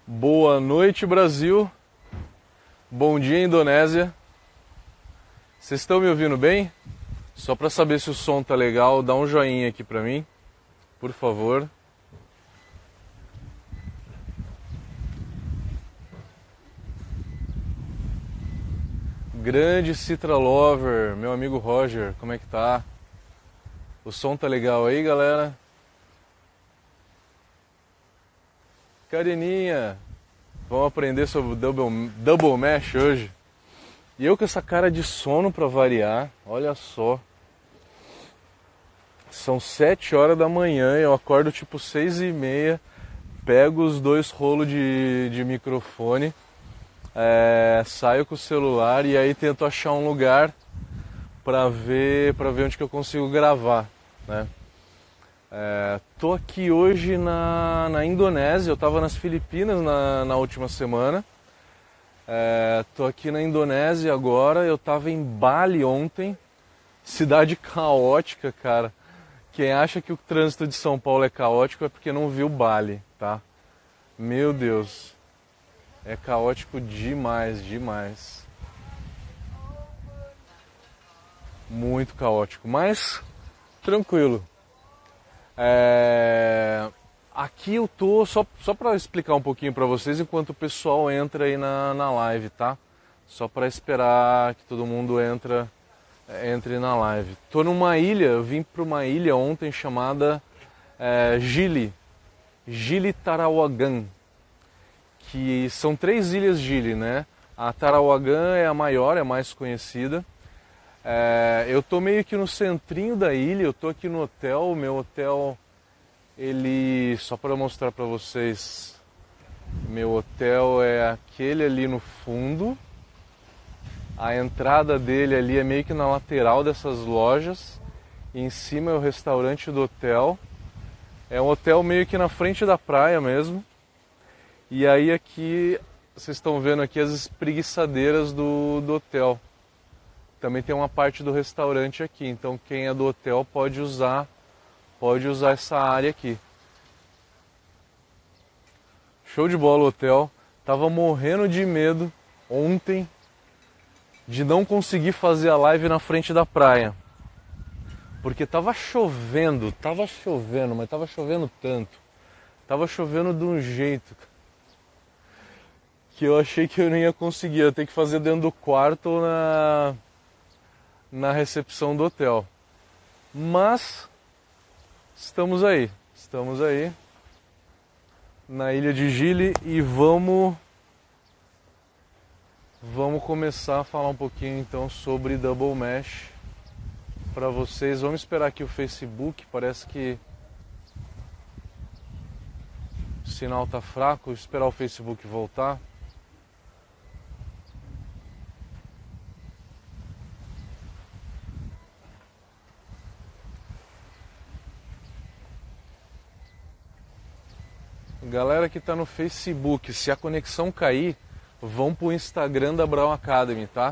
Boa noite, Brasil. Bom dia, Indonésia. Vocês estão me ouvindo bem? Só para saber se o som tá legal, dá um joinha aqui para mim, por favor. Grande Citra Lover, meu amigo Roger, como é que tá? O som tá legal aí, galera? Careninha, vamos aprender sobre o Double Mesh hoje. E eu com essa cara de sono para variar, olha só. São 7 horas da manhã, eu acordo tipo 6h30, pego os 2 rolos de microfone, saio com o celular e aí tento achar um lugar para ver onde que eu consigo gravar, né? Tô aqui hoje na Indonésia, eu estava nas Filipinas na última semana. Tô aqui na Indonésia agora, eu estava em Bali ontem, cidade caótica, cara. Quem acha que o trânsito de São Paulo é caótico é porque não viu Bali, tá? Meu Deus, é caótico demais, demais. Muito caótico, mas tranquilo. Aqui eu tô, só para explicar um pouquinho para vocês enquanto o pessoal entra aí na live, tá? Só para esperar que todo mundo entre na live. Tô numa ilha, eu vim para uma ilha ontem chamada Gili Tarawagan, que são 3 ilhas Gili, né? A Tarawagan é a maior, é a mais conhecida. Eu tô meio que no centrinho da ilha, eu tô aqui no hotel, o meu hotel, ele, só para mostrar para vocês, meu hotel é aquele ali no fundo. A entrada dele ali é meio que na lateral dessas lojas. E em cima é o restaurante do hotel. É um hotel meio que na frente da praia mesmo. E aí aqui, vocês estão vendo aqui as espreguiçadeiras do hotel. Também tem uma parte do restaurante aqui. Então quem é do hotel pode usar essa área aqui. Show de bola o hotel. Tava morrendo de medo ontem de não conseguir fazer a live na frente da praia. Porque tava chovendo, mas tava chovendo tanto. Tava chovendo de um jeito que eu achei que eu não ia conseguir. Eu ia ter que fazer dentro do quarto ou na recepção do hotel. Mas estamos aí na ilha de Gili e vamos começar a falar um pouquinho então sobre Double Mesh para vocês. Vamos esperar aqui o Facebook, parece que o sinal tá fraco, esperar o Facebook voltar. Galera que tá no Facebook, se a conexão cair, vão pro Instagram da Brown Academy, tá?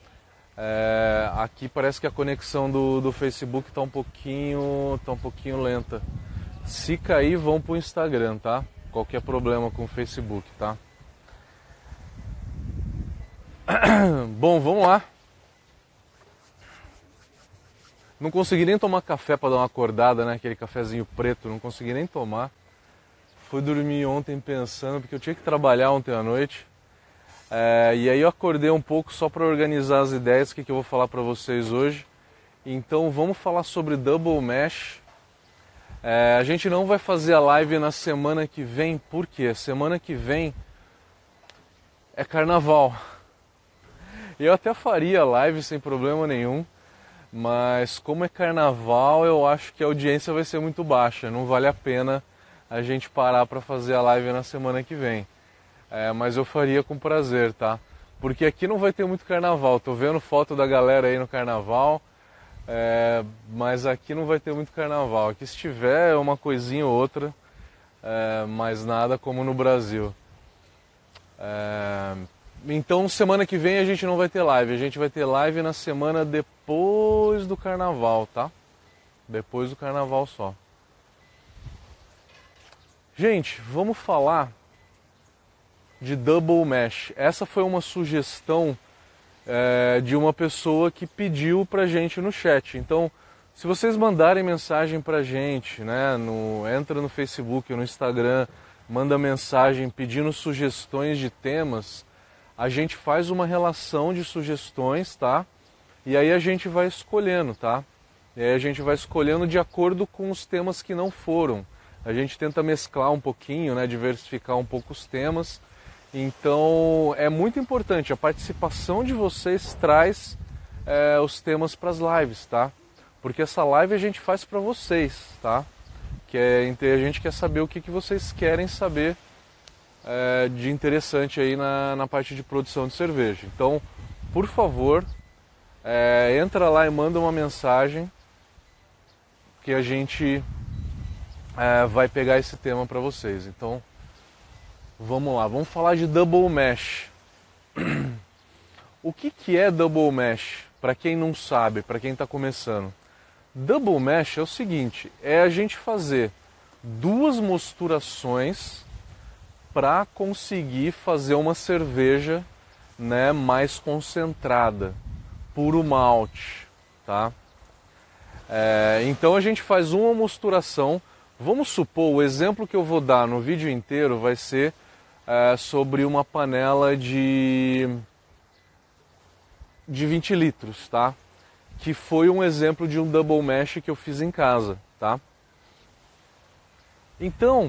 Aqui parece que a conexão do Facebook tá um pouquinho lenta. Se cair, vão pro Instagram, tá? Qualquer problema com o Facebook, tá? Bom, vamos lá. Não consegui nem tomar café para dar uma acordada, né? Aquele cafezinho preto, não consegui nem tomar. Fui dormir ontem pensando, porque eu tinha que trabalhar ontem à noite. E aí eu acordei um pouco só para organizar as ideias, o que eu vou falar para vocês hoje. Então vamos falar sobre Double Mesh. A gente não vai fazer a live na semana que vem, por quê? Semana que vem é carnaval. Eu até faria live sem problema nenhum, mas como é carnaval, eu acho que a audiência vai ser muito baixa, não vale a pena a gente parar para fazer a live na semana que vem. Mas eu faria com prazer, tá? Porque aqui não vai ter muito carnaval. Tô vendo foto da galera aí no carnaval, mas aqui não vai ter muito carnaval. Aqui se tiver uma coisinha ou outra, mas nada como no Brasil. Então semana que vem a gente não vai ter live. A gente vai ter live na semana depois do carnaval, tá? Depois do carnaval só. Gente, vamos falar de double mash. Essa foi uma sugestão de uma pessoa que pediu pra gente no chat. Então, se vocês mandarem mensagem pra gente, né, entra no Facebook ou no Instagram, manda mensagem pedindo sugestões de temas, a gente faz uma relação de sugestões, tá? E aí a gente vai escolhendo, tá? E aí a gente vai escolhendo de acordo com os temas que não foram. A gente tenta mesclar um pouquinho, né, diversificar um pouco os temas. Então é muito importante, a participação de vocês traz os temas para as lives, tá? Porque essa live a gente faz para vocês, tá? A gente quer saber o que vocês querem saber de interessante aí na parte de produção de cerveja. Então, por favor, entra lá e manda uma mensagem que a gente vai pegar esse tema para vocês. Então, vamos lá, vamos falar de double mash. O que é double mash? Para quem não sabe, para quem está começando. Double mash é o seguinte, é a gente fazer duas mosturações para conseguir fazer uma cerveja, né, mais concentrada, puro malte, tá? Então a gente faz uma mosturação. Vamos supor, o exemplo que eu vou dar no vídeo inteiro vai ser sobre uma panela de 20 litros, tá? Que foi um exemplo de um double mash que eu fiz em casa, tá? Então,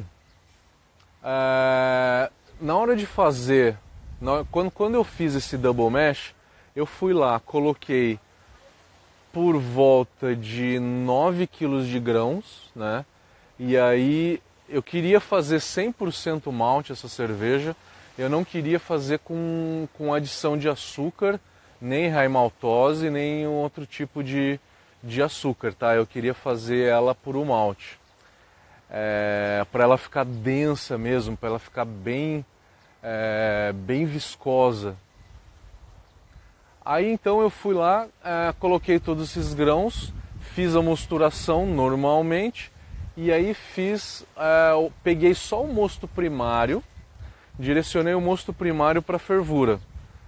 na hora de fazer, quando eu fiz esse double mash, eu fui lá, coloquei por volta de 9 kg de grãos, né? E aí eu queria fazer 100% malte essa cerveja, eu não queria fazer com adição de açúcar, nem raiz maltose, nem outro tipo de açúcar, tá? Eu queria fazer ela puro malte. Para ela ficar densa mesmo, para ela ficar bem viscosa. Aí então eu fui lá, coloquei todos esses grãos, fiz a mosturação normalmente, e aí peguei só o mosto primário, direcionei o mosto primário para fervura.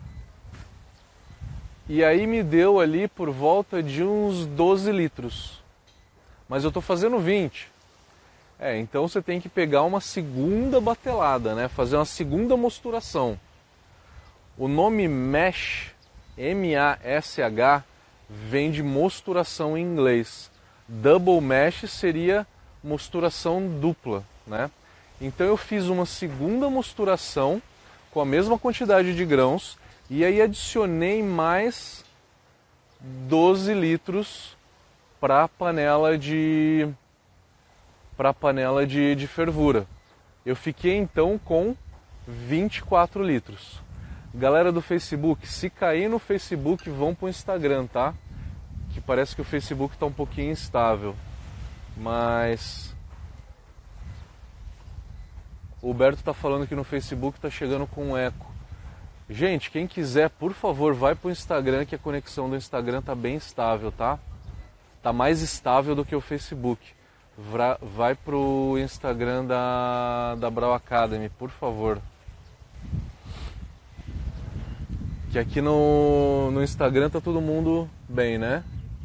E aí me deu ali por volta de uns 12 litros. Mas eu estou fazendo 20. Então você tem que pegar uma segunda batelada, né? Fazer uma segunda mosturação. O nome mash, M-A-S-H, vem de mosturação em inglês. Double mash seria mosturação dupla, né? Então eu fiz uma segunda mosturação com a mesma quantidade de grãos e aí adicionei mais 12 litros para a panela de fervura. Eu fiquei então com 24 litros. Galera do Facebook, se cair no Facebook, vão para o Instagram, tá? Que parece que o Facebook está um pouquinho instável. Mas o Huberto está falando que no Facebook está chegando com um eco. Gente, quem quiser, por favor, vai para o Instagram, que a conexão do Instagram está bem estável, tá? Está mais estável do que o Facebook. Vai para o Instagram da Brau Academy, por favor. Que aqui no Instagram tá todo mundo bem, né?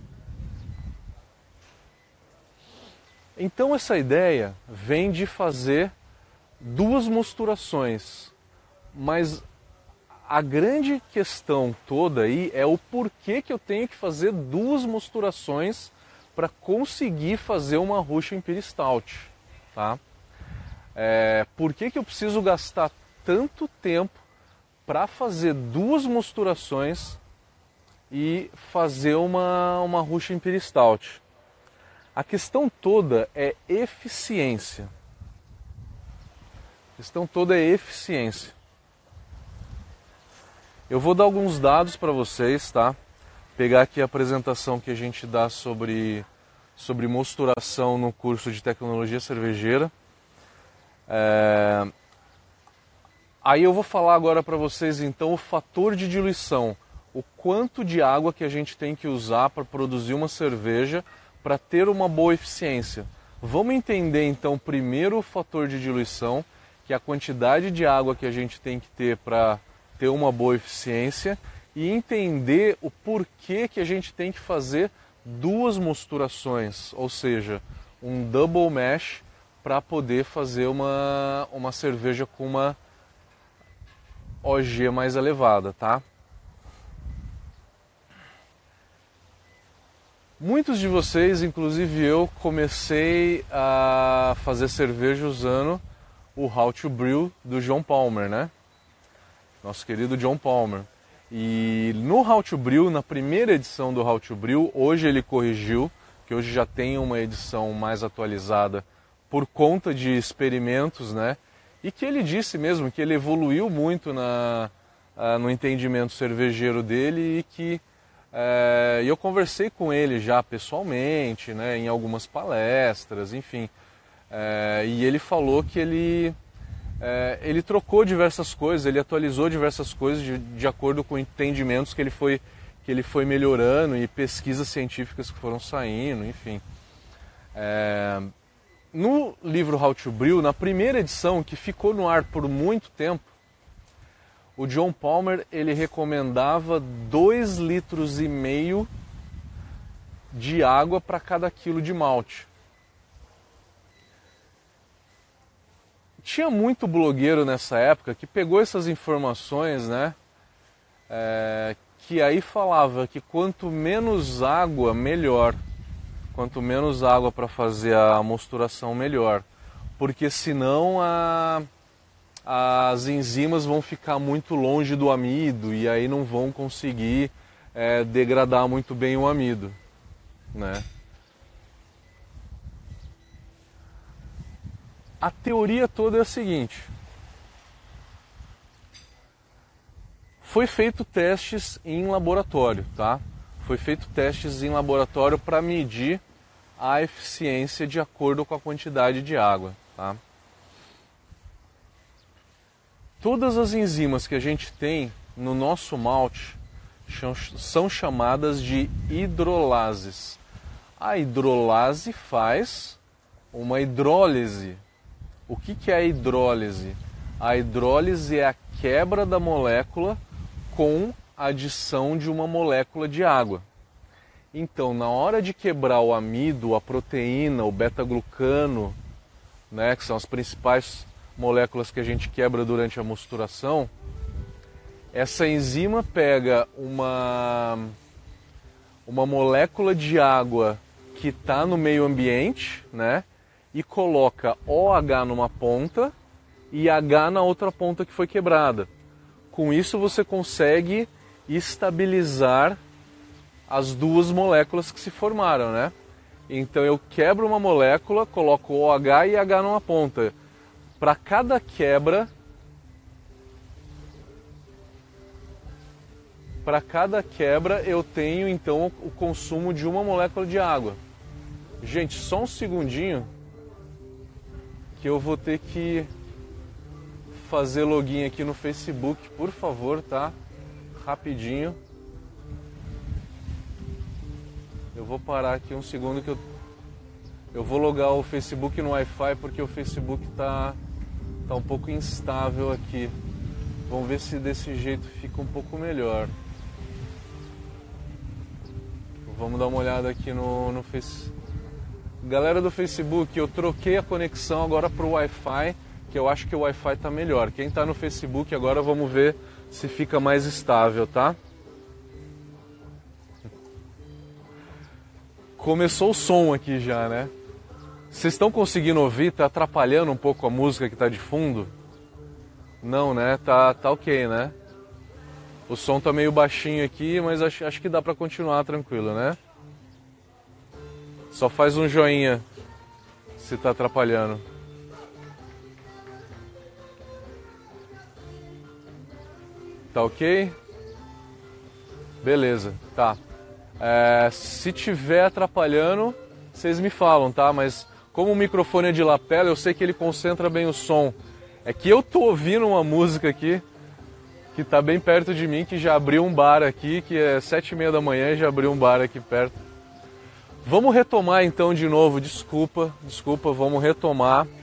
Então essa ideia vem de fazer duas mosturações, mas a grande questão toda aí é o porquê que eu tenho que fazer duas mosturações para conseguir fazer uma Russian Imperial Stout, tá? Por que eu preciso gastar tanto tempo para fazer duas mosturações e fazer uma Russian Imperial Stout? A questão toda é eficiência. A questão toda é eficiência. Eu vou dar alguns dados para vocês, tá? Pegar aqui a apresentação que a gente dá sobre mosturação no curso de tecnologia cervejeira. Aí eu vou falar agora para vocês então o fator de diluição, o quanto de água que a gente tem que usar para produzir uma cerveja para ter uma boa eficiência. Vamos entender então primeiro o fator de diluição que é a quantidade de água que a gente tem que ter para ter uma boa eficiência, e entender o porquê que a gente tem que fazer duas mosturações, ou seja, um double mash para poder fazer uma cerveja com uma OG mais elevada, tá? Muitos de vocês, inclusive eu, comecei a fazer cerveja usando o How to Brew do John Palmer, né? Nosso querido John Palmer. E no How to Brew, na primeira edição do How to Brew, hoje ele corrigiu, que hoje já tem uma edição mais atualizada por conta de experimentos, né? E que ele disse mesmo que ele evoluiu muito no entendimento cervejeiro dele, e que eu conversei com ele já pessoalmente, né, em algumas palestras, enfim. E ele falou que ele trocou diversas coisas, ele atualizou diversas coisas de acordo com entendimentos que ele foi melhorando, e pesquisas científicas que foram saindo, enfim. No livro How to Brew, na primeira edição, que ficou no ar por muito tempo, o John Palmer ele recomendava 2,5 litros de água para cada quilo de malte. Tinha muito blogueiro nessa época que pegou essas informações, né? Que aí falava que quanto menos água, melhor. Quanto menos água para fazer a mosturação, melhor. Porque senão as enzimas vão ficar muito longe do amido e aí não vão conseguir degradar muito bem o amido, né? A teoria toda é a seguinte: foi feito testes em laboratório, tá? Foi feito testes em laboratório para medir a eficiência de acordo com a quantidade de água, tá? Todas as enzimas que a gente tem no nosso malte são chamadas de hidrolases. A hidrolase faz uma hidrólise. O que é a hidrólise? A hidrólise é a quebra da molécula com a adição de uma molécula de água. Então, na hora de quebrar o amido, a proteína, o beta-glucano, né, que são as principais moléculas que a gente quebra durante a mosturação, essa enzima pega uma molécula de água que está no meio ambiente, né, e coloca OH numa ponta e H na outra ponta que foi quebrada. Com isso você consegue estabilizar as duas moléculas que se formaram, né? Então eu quebro uma molécula, coloco OH e H numa ponta. Para cada quebra, eu tenho então o consumo de uma molécula de água. Gente, só um segundinho que eu vou ter que fazer login aqui no Facebook, por favor, tá? Rapidinho. Eu vou parar aqui um segundo que eu vou logar o Facebook no Wi-Fi, porque o Facebook tá um pouco instável aqui. Vamos ver se desse jeito fica um pouco melhor. Vamos dar uma olhada aqui no Facebook. Galera do Facebook, eu troquei a conexão agora para o Wi-Fi, que eu acho que o Wi-Fi tá melhor. Quem tá no Facebook agora, vamos ver se fica mais estável, tá? Começou o som aqui já, né? Vocês estão conseguindo ouvir? Tá atrapalhando um pouco a música que tá de fundo? Não, né? Tá ok, né? O som tá meio baixinho aqui, mas acho que dá para continuar tranquilo, né? Só faz um joinha se tá atrapalhando. Tá ok? Beleza, tá. Se tiver atrapalhando, vocês me falam, tá? Mas como o microfone é de lapela, eu sei que ele concentra bem o som. É que eu tô ouvindo uma música aqui que tá bem perto de mim, que já abriu um bar aqui, que é 7h30 da manhã e já abriu um bar aqui perto. Vamos retomar então de novo, desculpa, vamos retomar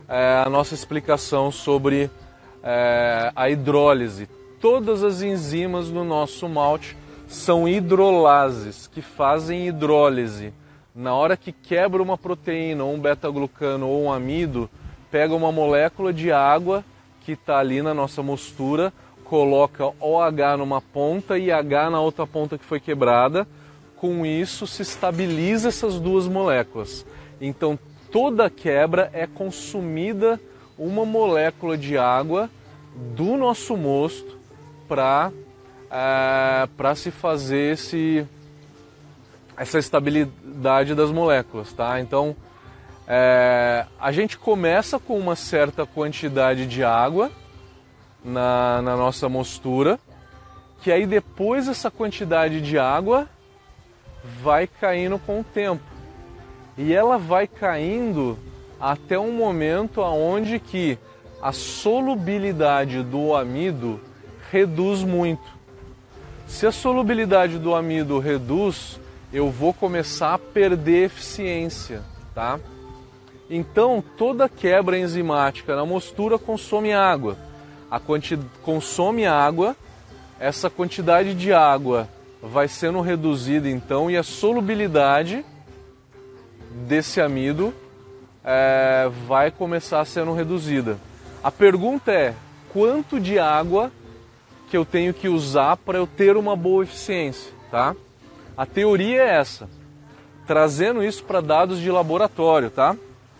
a nossa explicação sobre a hidrólise. Todas as enzimas no nosso malte são hidrolases, que fazem hidrólise. Na hora que quebra uma proteína, ou um beta-glucano ou um amido, pega uma molécula de água que está ali na nossa mostura, coloca OH numa ponta e H na outra ponta que foi quebrada. Com isso se estabiliza essas duas moléculas. Então toda quebra é consumida uma molécula de água do nosso mosto para se fazer essa estabilidade das moléculas, tá? Então a gente começa com uma certa quantidade de água na nossa mostura, que aí depois essa quantidade de água vai caindo com o tempo. E ela vai caindo até um momento onde que a solubilidade do amido reduz muito. Se a solubilidade do amido reduz, eu vou começar a perder eficiência, tá? Então, toda quebra enzimática na mostura consome água. Consome água, essa quantidade de água vai sendo reduzida então e a solubilidade desse amido vai começar sendo reduzida. A pergunta é, quanto de água que eu tenho que usar para eu ter uma boa eficiência, tá? A teoria é essa, trazendo isso para dados de laboratório, tá?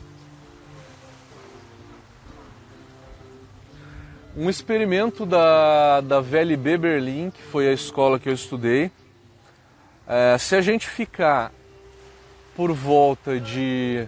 Um experimento da VLB Berlim, que foi a escola que eu estudei, se a gente ficar por volta de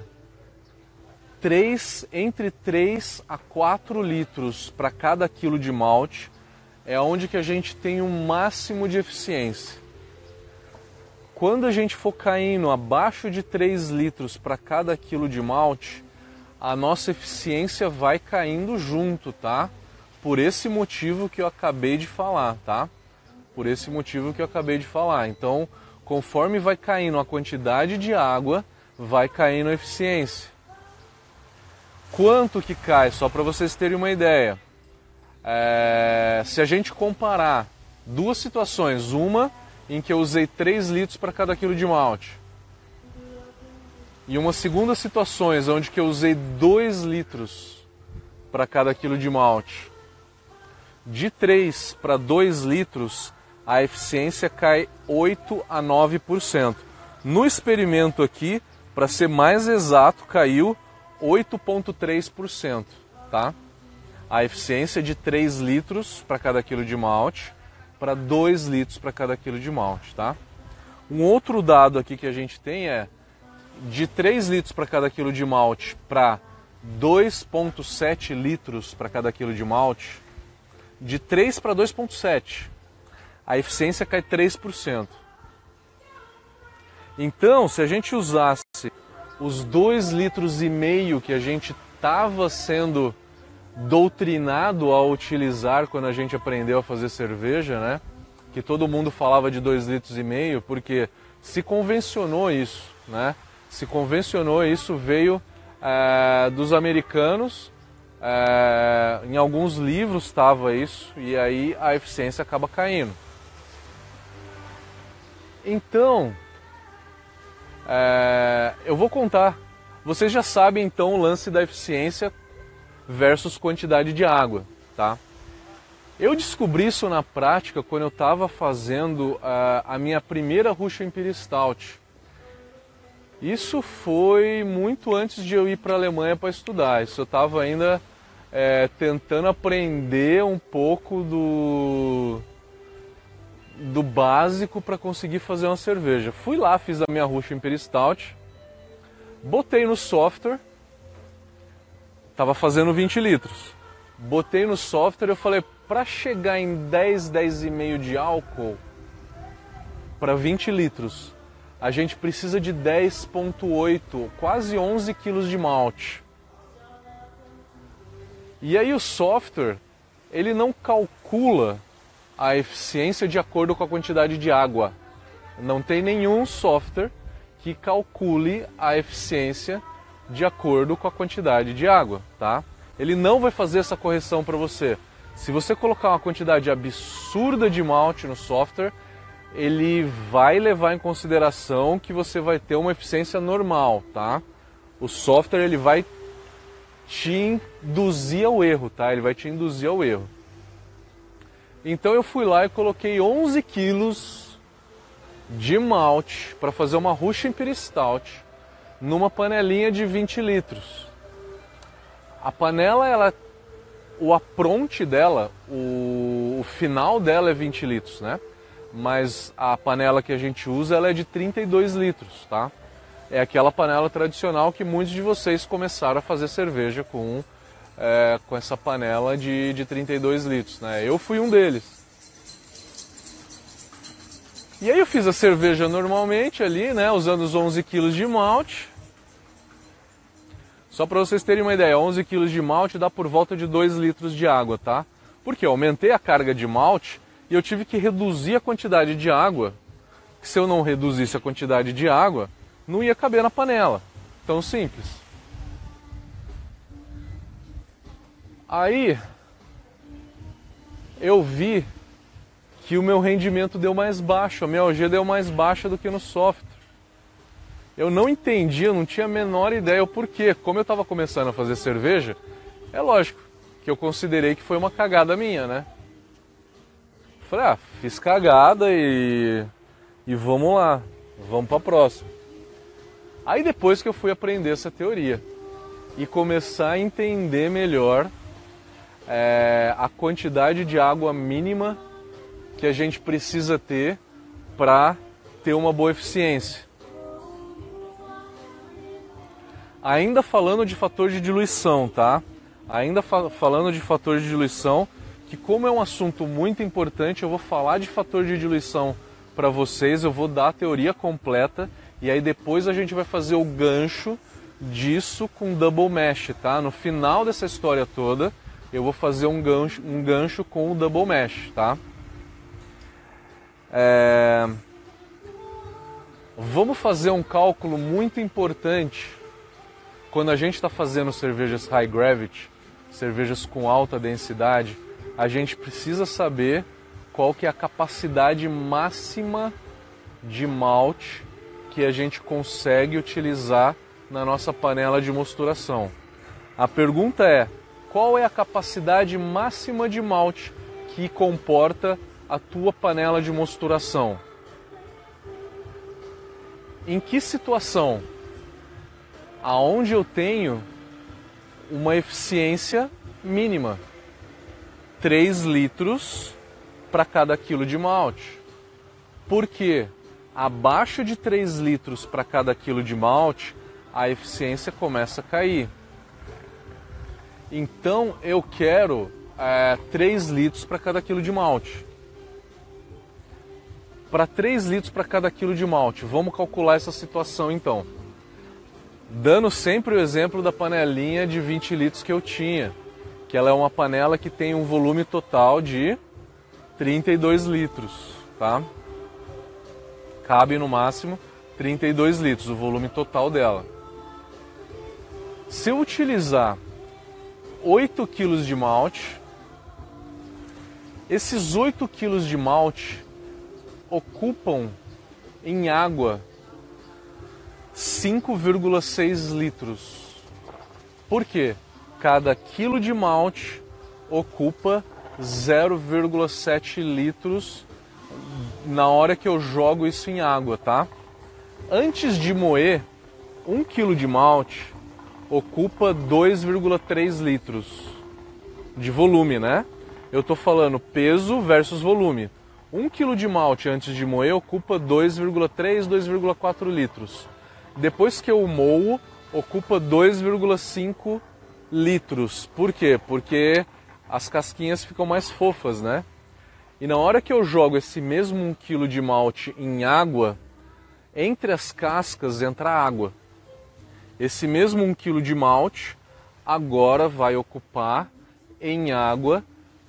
entre 3 a 4 litros para cada quilo de malte, é onde que a gente tem o máximo de eficiência. Quando a gente for caindo abaixo de 3 litros para cada quilo de malte, a nossa eficiência vai caindo junto, tá? Por esse motivo que eu acabei de falar, tá? Por esse motivo que eu acabei de falar. Então, conforme vai caindo a quantidade de água, vai caindo a eficiência. Quanto que cai? Só para vocês terem uma ideia. Se a gente comparar duas situações, uma em que eu usei 3 litros para cada quilo de malte, e uma segunda situação onde que eu usei 2 litros para cada quilo de malte, de 3 para 2 litros, a eficiência cai 8 a 9%. No experimento aqui, para ser mais exato, caiu 8,3%, tá? A eficiência de 3 litros para cada quilo de malte para 2 litros para cada quilo de malte, tá? Um outro dado aqui que a gente tem é de 3 litros para cada quilo de malte para 2,7 litros para cada quilo de malte, de 3 para 2,7, a eficiência cai 3%. Então, se a gente usasse os 2,5 litros que a gente estava sendo doutrinado a utilizar quando a gente aprendeu a fazer cerveja, né? Que todo mundo falava de 2,5 litros, porque se convencionou isso, né? Se convencionou isso, veio dos americanos, em alguns livros estava isso, e aí a eficiência acaba caindo. Então, eu vou contar. Vocês já sabem então o lance da eficiência versus quantidade de água, tá? Eu descobri isso na prática quando eu estava fazendo a minha primeira Russian Imperial Stout. Isso foi muito antes de eu ir para a Alemanha para estudar. Isso eu estava ainda tentando aprender um pouco do básico para conseguir fazer uma cerveja. Fui lá, fiz a minha Russian Imperial Stout, botei no software, estava fazendo 20 litros. Botei no software e eu falei, para chegar em 10,5 de álcool para 20 litros, a gente precisa de 10,8, quase 11 quilos de malte. E aí o software, ele não calcula a eficiência de acordo com a quantidade de água. Não tem nenhum software que calcule a eficiência de acordo com a quantidade de água, tá? Ele não vai fazer essa correção para você. Se você colocar uma quantidade absurda de malte no software, ele vai levar em consideração que você vai ter uma eficiência normal, tá? O software ele vai te induzir ao erro, tá? Ele vai te induzir ao erro. Então eu fui lá e coloquei 11 quilos de malte para fazer uma Russian Imperial Stout numa panelinha de 20 litros. A panela, o apronte dela, o final dela é 20 litros, né? Mas a panela que a gente usa ela é de 32 litros, tá? É aquela panela tradicional que muitos de vocês começaram a fazer cerveja com essa panela de 32 litros, né? Eu fui um deles. E aí eu fiz a cerveja normalmente ali, né? Usando os 11 quilos de malte. Só para vocês terem uma ideia, 11 quilos de malte dá por volta de 2 litros de água, tá? Porque eu aumentei a carga de malte e eu tive que reduzir a quantidade de água. Que se eu não reduzisse a quantidade de água, não ia caber na panela. Tão simples. Aí eu vi que o meu rendimento deu mais baixo, a minha OG deu mais baixa do que no software. Eu não entendi, eu não tinha a menor ideia o porquê. Como eu estava começando a fazer cerveja, é lógico que eu considerei que foi uma cagada minha, né? Falei, fiz cagada e vamos lá, vamos para a próxima. Aí depois que eu fui aprender essa teoria e começar a entender melhor a quantidade de água mínima que a gente precisa ter para ter uma boa eficiência. Ainda falando de fator de diluição, tá? Ainda falando de fator de diluição, que como é um assunto muito importante, eu vou falar de fator de diluição para vocês, eu vou dar a teoria completa e aí depois a gente vai fazer o gancho disso com double mash, tá? No final dessa história toda, eu vou fazer um gancho com o double mash, tá? Vamos fazer um cálculo muito importante quando a gente está fazendo cervejas high gravity, cervejas com alta densidade. A gente precisa saber qual que é a capacidade máxima de malte que a gente consegue utilizar na nossa panela de mosturação. A pergunta é, qual é a capacidade máxima de malte que comporta a tua panela de mosturação? Em que situação? Aonde eu tenho uma eficiência mínima? 3 litros para cada quilo de malte. Por quê? Abaixo de 3 litros para cada quilo de malte, a eficiência começa a cair. Então eu quero 3 litros para cada quilo de malte. Para 3 litros para cada quilo de malte, vamos calcular essa situação então. Dando sempre o exemplo da panelinha de 20 litros que eu tinha, que ela é uma panela que tem um volume total de 32 litros, tá? Cabe no máximo 32 litros, o volume total dela. Se eu utilizar 8 quilos de malte, esses 8 quilos de malte ocupam em água 5,6 litros. Por quê? Cada quilo de malte ocupa 0,7 litros na hora que eu jogo isso em água, tá? Antes de moer, 1 quilo de malte ocupa 2,3 litros de volume, né? Eu estou falando peso versus volume. 1 quilo de malte antes de moer ocupa 2,3, 2,4 litros. Depois que eu moo, ocupa 2,5 litros. Por quê? Porque as casquinhas ficam mais fofas, né? E na hora que eu jogo esse mesmo 1 kg de malte em água, entre as cascas entra água. Esse mesmo 1 kg de malte agora vai ocupar em água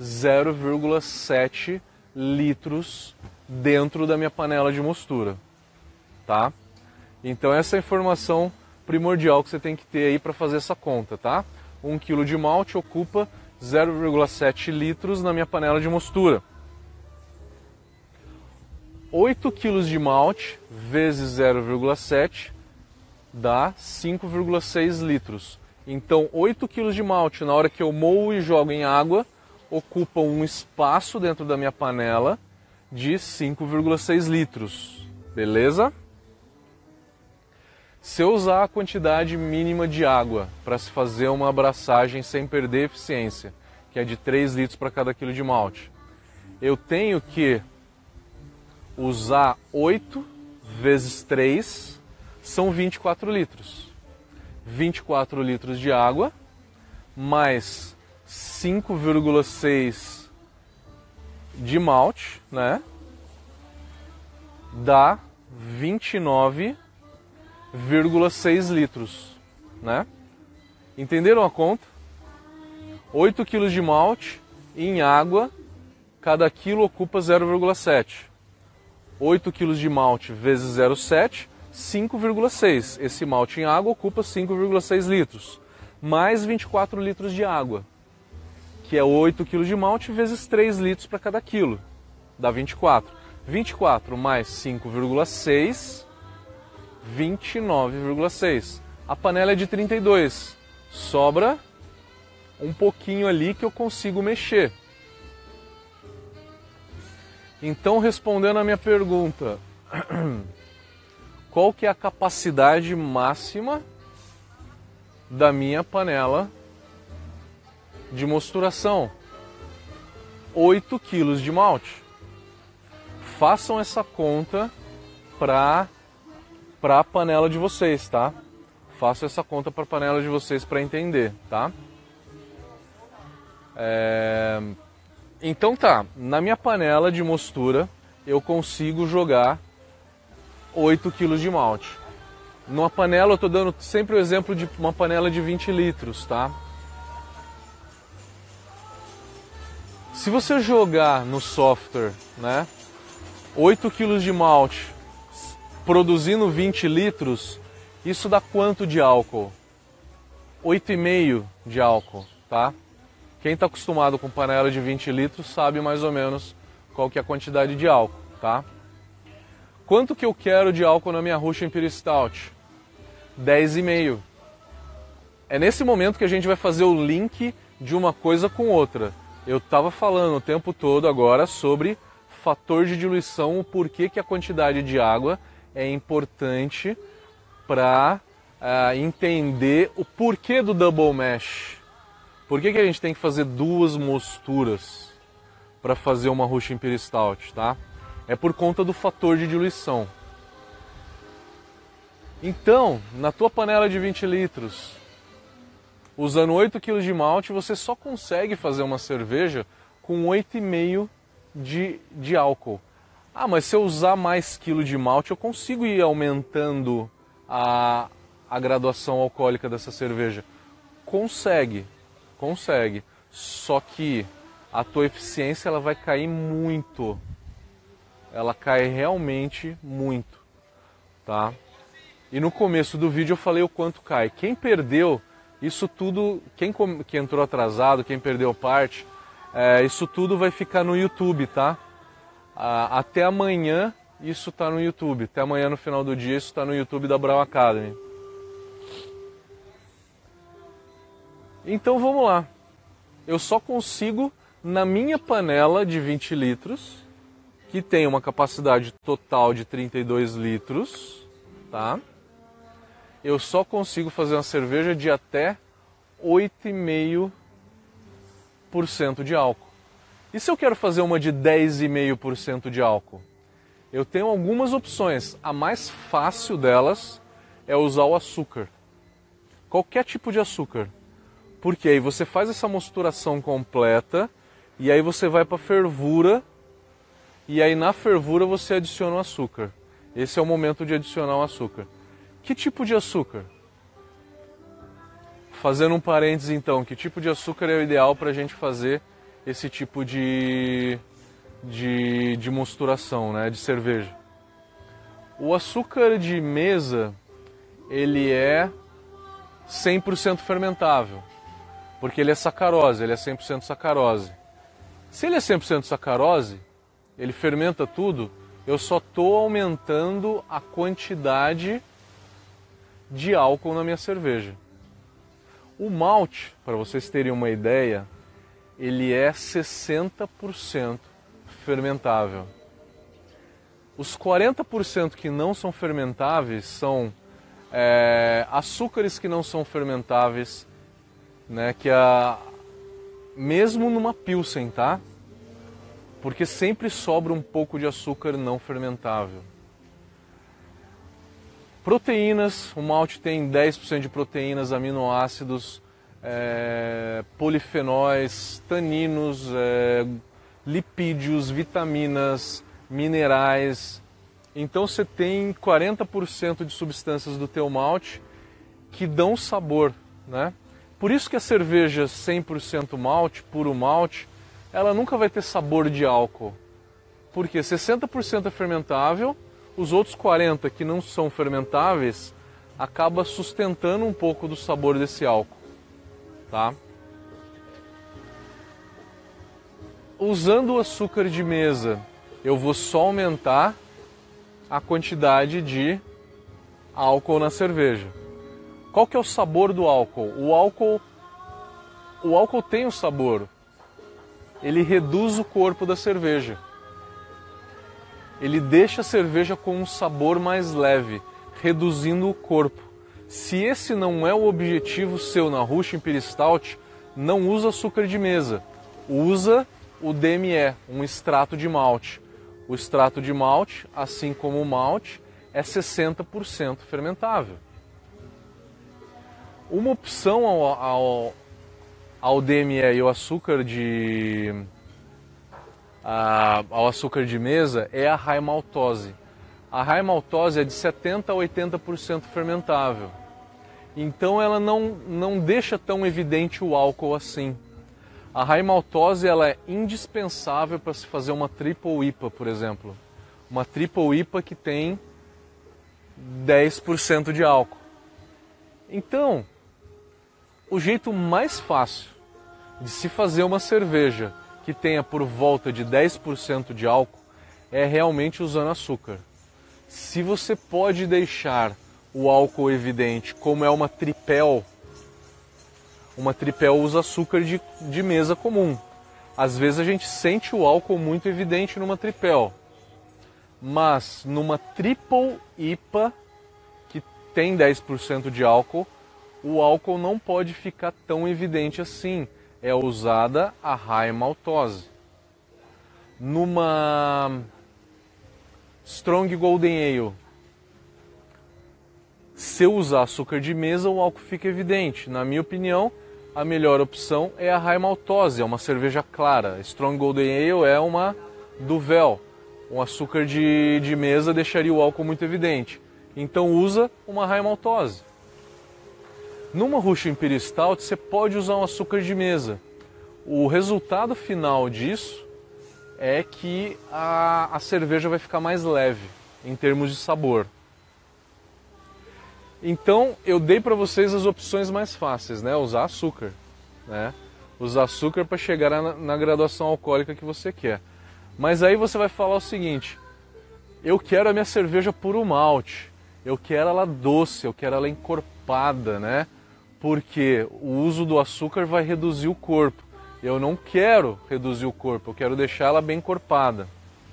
0,7 litros dentro da minha panela de mostura, tá? Então essa informação primordial que você tem que ter aí para fazer essa conta, tá? 1 kg de malte ocupa 0,7 litros na minha panela de mostura. 8 kg de malte vezes 0,7 dá 5,6 litros. Então 8 kg de malte, na hora que eu moo e jogo em água, ocupam um espaço dentro da minha panela de 5,6 litros. Beleza? Se eu usar a quantidade mínima de água para se fazer uma abraçagem sem perder eficiência, que é de 3 litros para cada quilo de malte, eu tenho que usar 8 vezes 3, são 24 litros. 24 litros de água, mais 5,6 de malte, né? Dá 29,6 litros, né? Entenderam a conta? 8 kg de malte em água, cada quilo ocupa 0,7. 8 kg de malte vezes 0,7, 5,6. Esse malte em água ocupa 5,6 litros, mais 24 litros de água, que é 8 kg de malte vezes 3 litros para cada quilo, dá 24. 24 mais 5,6, 29,6. A panela é de 32, sobra um pouquinho ali que eu consigo mexer. Então, respondendo a minha pergunta, qual que é a capacidade máxima da minha panela de mosturação? 8 kg de malte. Façam essa conta para a panela de vocês, tá? Façam essa conta para a panela de vocês para entender, tá? Então tá, na minha panela de mostura eu consigo jogar 8 kg de malte. Numa panela, eu estou dando sempre o exemplo de uma panela de 20 litros, tá? Se você jogar no software, né, 8 kg de malte produzindo 20 litros, isso dá quanto de álcool? 8,5 de álcool, tá? Quem está acostumado com panela de 20 litros sabe mais ou menos qual que é a quantidade de álcool, tá? Quanto que eu quero de álcool na minha Russian Imperial Stout? 10,5. É nesse momento que a gente vai fazer o link de uma coisa com outra. Eu estava falando o tempo todo agora sobre fator de diluição, o porquê que a quantidade de água é importante para entender o porquê do double mash. Por que a gente tem que fazer duas mosturas para fazer uma Russian Imperial Stout, tá? É por conta do fator de diluição. Então, na tua panela de 20 litros, usando 8 kg de malte, você só consegue fazer uma cerveja com 8,5 de álcool. Ah, mas se eu usar mais quilo de malte, eu consigo ir aumentando a graduação alcoólica dessa cerveja? Consegue. Só que a tua eficiência ela vai cair muito. Ela cai realmente muito, tá? E no começo do vídeo eu falei o quanto cai. Quem perdeu isso tudo, quem entrou atrasado, quem perdeu parte, isso tudo vai ficar no YouTube, tá? Até amanhã isso tá no YouTube. Até amanhã no final do dia isso tá no YouTube da Brau Academy. Então vamos lá. Eu só consigo, na minha panela de 20 litros, que tem uma capacidade total de 32 litros, tá? Eu só consigo fazer uma cerveja de até 8,5% de álcool. E se eu quero fazer uma de 10,5% de álcool? Eu tenho algumas opções. A mais fácil delas é usar o açúcar. Qualquer tipo de açúcar. Porque aí você faz essa mosturação completa e aí você vai para a fervura e aí na fervura você adiciona o açúcar. Esse é o momento de adicionar o açúcar. Que tipo de açúcar? Fazendo um parênteses então, que tipo de açúcar é o ideal para a gente fazer esse tipo de mosturação, né, de cerveja? O açúcar de mesa, ele é 100% fermentável, porque ele é sacarose, ele é 100% sacarose. Se ele é 100% sacarose, ele fermenta tudo, eu só estou aumentando a quantidade de álcool na minha cerveja. O malte, para vocês terem uma ideia, ele é 60% fermentável. Os 40% que não são fermentáveis são açúcares que não são fermentáveis, né, mesmo numa Pilsen, tá? Porque sempre sobra um pouco de açúcar não fermentável. Proteínas, o malte tem 10% de proteínas, aminoácidos, polifenóis, taninos, lipídios, vitaminas, minerais. Então você tem 40% de substâncias do teu malte que dão sabor, né? Por isso que a cerveja 100% malte, puro malte, ela nunca vai ter sabor de álcool. Porque 60% é fermentável, os outros 40% que não são fermentáveis acaba sustentando um pouco do sabor desse álcool, tá? Usando o açúcar de mesa, eu vou só aumentar a quantidade de álcool na cerveja. Qual que é o sabor do álcool? O álcool tem um sabor. Ele reduz o corpo da cerveja. Ele deixa a cerveja com um sabor mais leve, reduzindo o corpo. Se esse não é o objetivo seu na Russian Imperial Stout, não usa açúcar de mesa. Usa o DME, um extrato de malte. O extrato de malte, assim como o malte, é 60% fermentável. Uma opção ao DME e ao açúcar de mesa é a high maltose. A high maltose é de 70% a 80% fermentável. Então ela não deixa tão evidente o álcool assim. A high maltose ela é indispensável para se fazer uma triple IPA, por exemplo. Uma triple IPA que tem 10% de álcool. Então, o jeito mais fácil de se fazer uma cerveja que tenha por volta de 10% de álcool é realmente usando açúcar. Se você pode deixar o álcool evidente, como é uma tripel usa açúcar de mesa comum. Às vezes a gente sente o álcool muito evidente numa tripel, mas numa triple IPA, que tem 10% de álcool, o álcool não pode ficar tão evidente assim. É usada a high maltose. Numa Strong Golden Ale, se eu usar açúcar de mesa, o álcool fica evidente. Na minha opinião, a melhor opção é a high maltose, é uma cerveja clara. Strong Golden Ale é uma Duvel. Um açúcar de mesa deixaria o álcool muito evidente. Então usa uma high maltose. Numa Russian Imperial Stout, você pode usar um açúcar de mesa. O resultado final disso é que a cerveja vai ficar mais leve em termos de sabor. Então eu dei para vocês as opções mais fáceis, né? Usar açúcar, né? Usar açúcar para chegar na graduação alcoólica que você quer. Mas aí você vai falar o seguinte: eu quero a minha cerveja puro malte, eu quero ela doce, eu quero ela encorpada, né? Porque o uso do açúcar vai reduzir o corpo. Eu não quero reduzir o corpo, eu quero deixar ela bem encorpada.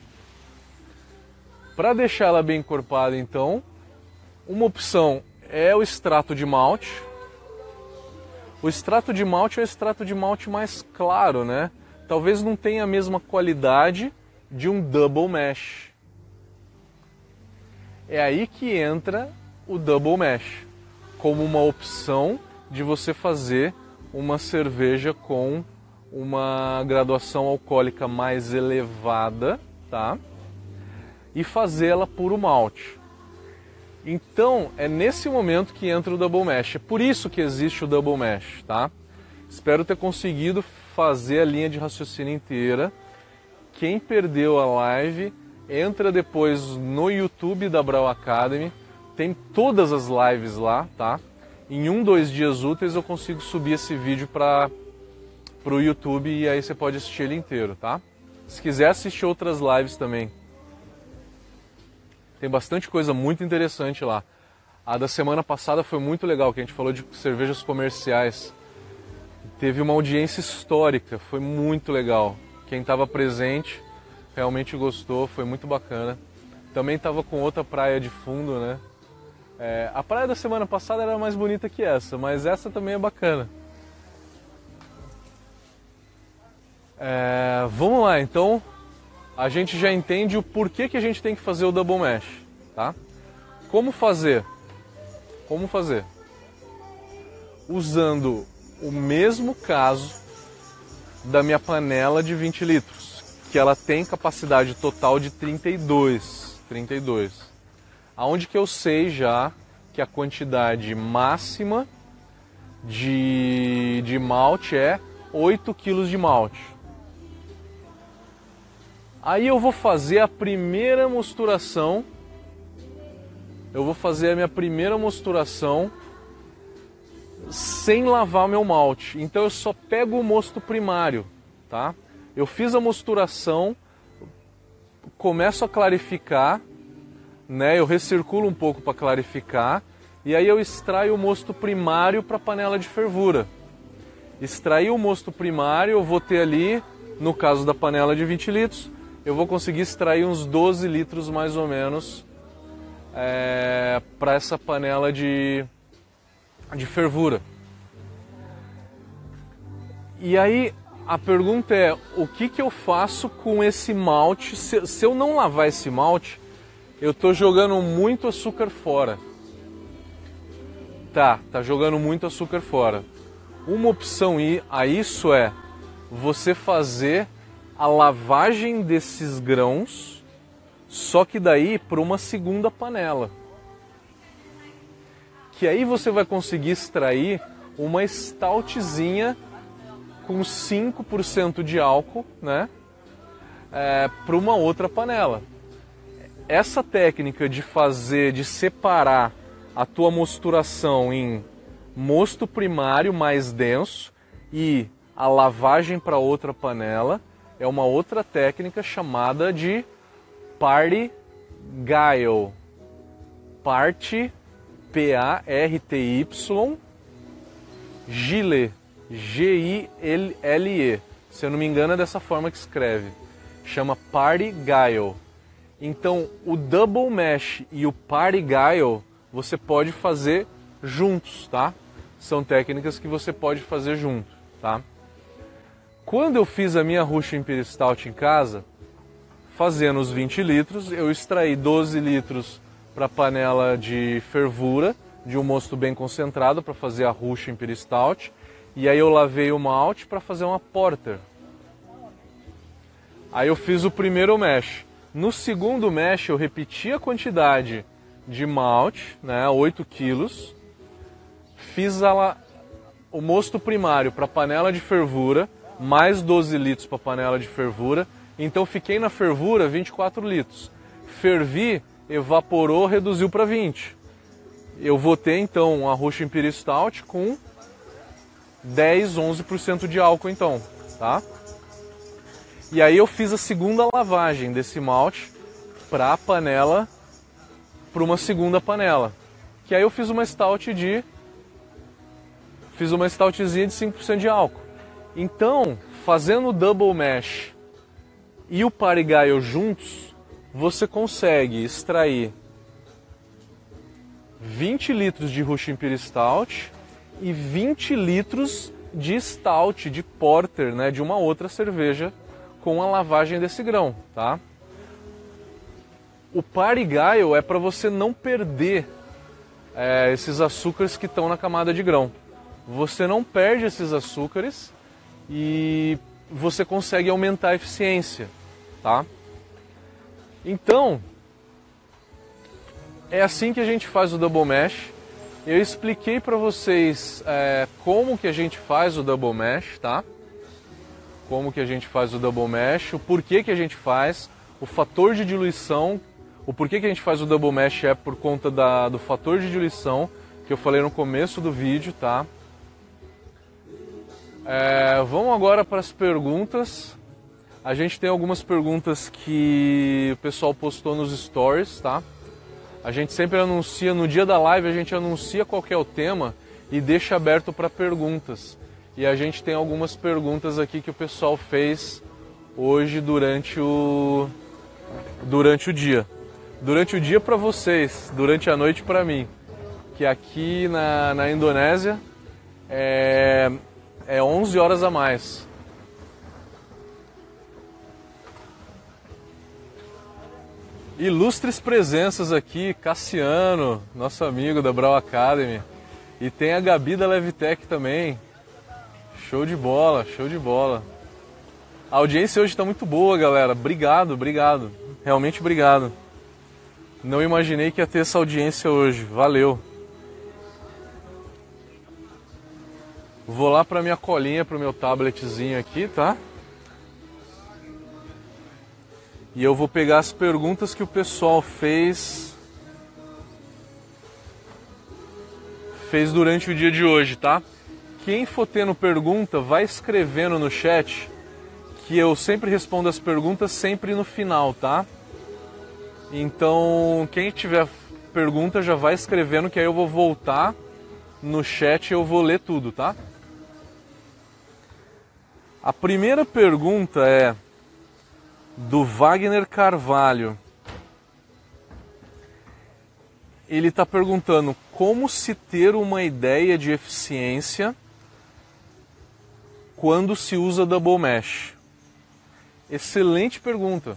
Para deixar ela bem encorpada, então, uma opção é o extrato de malte. O extrato de malte é o extrato de malte mais claro, né? Talvez não tenha a mesma qualidade de um double mash. É aí que entra o double mash, como uma opção de você fazer uma cerveja com uma graduação alcoólica mais elevada, tá? E fazê-la puro malte. Então, é nesse momento que entra o double mash. É por isso que existe o double mash, tá? Espero ter conseguido fazer a linha de raciocínio inteira. Quem perdeu a live, entra depois no YouTube da Brau Academy. tem todas as lives lá, tá? Em 2 dias úteis eu consigo subir esse vídeo para o YouTube e aí você pode assistir ele inteiro, tá? Se quiser assistir outras lives também. Tem bastante coisa muito interessante lá. A da semana passada foi muito legal, que a gente falou de cervejas comerciais. Teve uma audiência histórica, foi muito legal. Quem estava presente realmente gostou, foi muito bacana. Também estava com outra praia de fundo, né? A praia da semana passada era mais bonita que essa, mas essa também é bacana. Vamos lá, então a gente já entende o porquê que a gente tem que fazer o double mash, tá? Como fazer? Como fazer? Usando o mesmo caso da minha panela de 20 litros, que ela tem capacidade total de 32. Aonde que eu sei já que a quantidade máxima de malte é 8 kg de malte. Aí eu vou fazer a primeira mosturação. Eu vou fazer a minha primeira mosturação sem lavar meu malte. Então eu só pego o mosto primário, tá? Eu fiz a mosturação, começo a clarificar, né? Eu recirculo um pouco para clarificar e aí eu extraio o mosto primário para a panela de fervura. Extrair o mosto primário, eu vou ter ali, no caso da panela de 20 litros, eu vou conseguir extrair uns 12 litros mais ou menos para essa panela de fervura. E aí a pergunta é, o que eu faço com esse malte? Se eu não lavar esse malte, eu estou jogando muito açúcar fora. Tá jogando muito açúcar fora. Uma opção a isso é você fazer a lavagem desses grãos, só que daí para uma segunda panela. Que aí você vai conseguir extrair uma stoutzinha com 5% de álcool, né? Para uma outra panela. Essa técnica de separar a tua mosturação em mosto primário mais denso e a lavagem para outra panela é uma outra técnica chamada de Party Gile. Party, P-A-R-T-Y, Gile, G-I-L-L-E. Se eu não me engano é dessa forma que escreve. Chama Party Gile. Então o Double Mash e o Party Gile você pode fazer juntos, tá? São técnicas que você pode fazer junto, tá? Quando eu fiz a minha Russian Imperial Stout em casa, fazendo os 20 litros, eu extraí 12 litros para a panela de fervura, de um mosto bem concentrado para fazer a Russian Imperial Stout, e aí eu lavei o malte para fazer uma porter. Aí eu fiz o primeiro mash. No segundo mash eu repeti a quantidade de malte, né, 8 quilos, fiz o mosto primário para a panela de fervura, mais 12 litros para a panela de fervura, então fiquei na fervura 24 litros. Fervi, evaporou, reduziu para 20. Eu vou ter então a Russian Imperial Stout com 10, 11% de álcool então, tá? E aí eu fiz a segunda lavagem desse malte para a panela, para uma segunda panela. Que aí eu fiz uma stoutzinha de 5% de álcool. Então, fazendo o Double Mash e o Party Gile juntos, você consegue extrair 20 litros de Russian Imperial Stout e 20 litros de Stout, de Porter, né, de uma outra cerveja com a lavagem desse grão, tá? O Party Gile é para você não perder esses açúcares que estão na camada de grão. Você não perde esses açúcares e você consegue aumentar a eficiência, tá? Então, é assim que a gente faz o Double Mash. Eu expliquei para vocês como que a gente faz o Double Mash, tá? Como que a gente faz o Double Mash, o porquê que a gente faz, o fator de diluição, O porquê que a gente faz o double mash é por conta do fator de diluição que eu falei no começo do vídeo, tá? Vamos agora para as perguntas. A gente tem algumas perguntas que o pessoal postou nos stories, tá? A gente sempre anuncia, no dia da live a gente anuncia qual que é o tema e deixa aberto para perguntas. E a gente tem algumas perguntas aqui que o pessoal fez hoje durante o dia. Durante o dia para vocês, durante a noite para mim. Que aqui na Indonésia é 11 horas a mais. Ilustres presenças aqui, Cassiano, nosso amigo da Brawl Academy. E tem a Gabi da Levtech também. Show de bola, show de bola. A audiência hoje está muito boa, galera. Obrigado, obrigado. Realmente obrigado. Não imaginei que ia ter essa audiência hoje. Valeu. Vou lá para minha colinha, para o meu tabletzinho aqui, tá? E eu vou pegar as perguntas que o pessoal fez durante o dia de hoje, tá? Quem for tendo pergunta, vai escrevendo no chat, que eu sempre respondo as perguntas sempre no final, tá? Então, quem tiver pergunta já vai escrevendo, que aí eu vou voltar no chat e eu vou ler tudo, tá? A primeira pergunta é do Wagner Carvalho. Ele está perguntando como se ter uma ideia de eficiência quando se usa double mash. Excelente pergunta.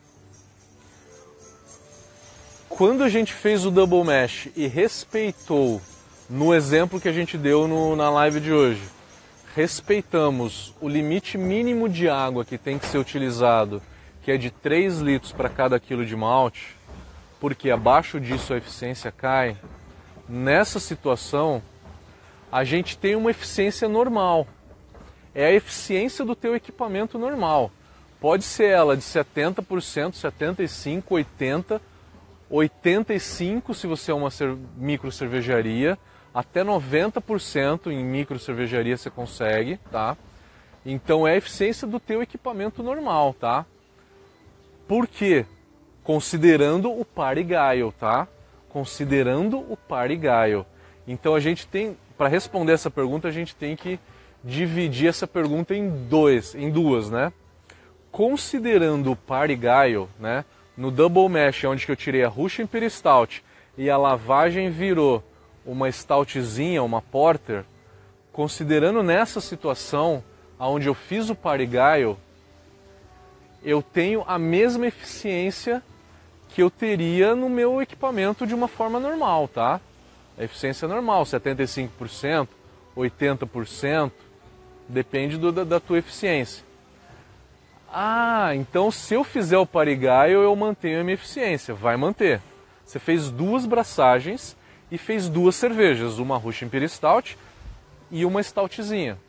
Quando a gente fez o double mash e respeitou, no exemplo que a gente deu na live de hoje, respeitamos o limite mínimo de água que tem que ser utilizado, que é de 3 litros para cada quilo de malte, porque abaixo disso a eficiência cai. Nessa situação, a gente tem uma eficiência normal. É a eficiência do teu equipamento normal. Pode ser ela de 70%, 75%, 80%, 85% se você é uma micro cervejaria, até 90% em micro cervejaria você consegue, tá? Então é a eficiência do teu equipamento normal, tá? Por quê? Considerando o Party Guile, tá? Considerando o Party Guile. Então a gente tem, para responder essa pergunta, a gente tem que dividir essa pergunta em duas, né? Considerando o Party Guile, né? No Double Mash, onde que eu tirei a Russian Imperial Stout e a lavagem virou uma stoutzinha, uma porter, considerando nessa situação, onde eu fiz o Party Guile, eu tenho a mesma eficiência que eu teria no meu equipamento de uma forma normal, tá? A eficiência normal, 75%, 80%, depende da tua eficiência. Ah, então se eu fizer o Party Guile, eu mantenho a minha eficiência. Vai manter. Você fez 2 braçagens e fez 2 cervejas, uma Russian Imperial Stout e uma stoutzinha.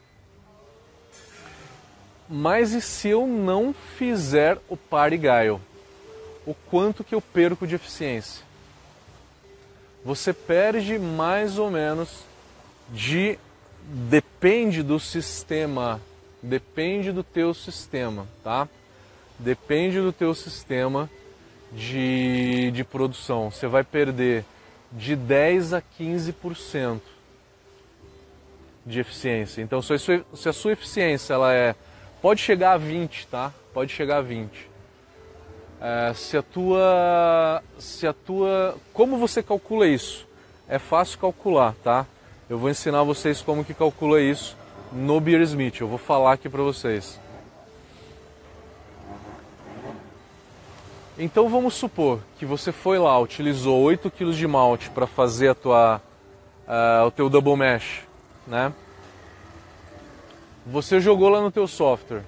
Mas e se eu não fizer o Party Guile? O quanto que eu perco de eficiência? Você perde mais ou menos depende do sistema, depende do teu sistema, tá? Depende do teu sistema de produção. Você vai perder de 10 a 15% de eficiência. Então, se a sua eficiência pode chegar a 20, tá? Pode chegar a 20. Como você calcula isso? É fácil calcular, tá? Eu vou ensinar vocês como que calcula isso no Beersmith. Eu vou falar aqui para vocês. Então vamos supor que você foi lá, utilizou 8 kg de malte para fazer o teu double mash, né? Você jogou lá no teu software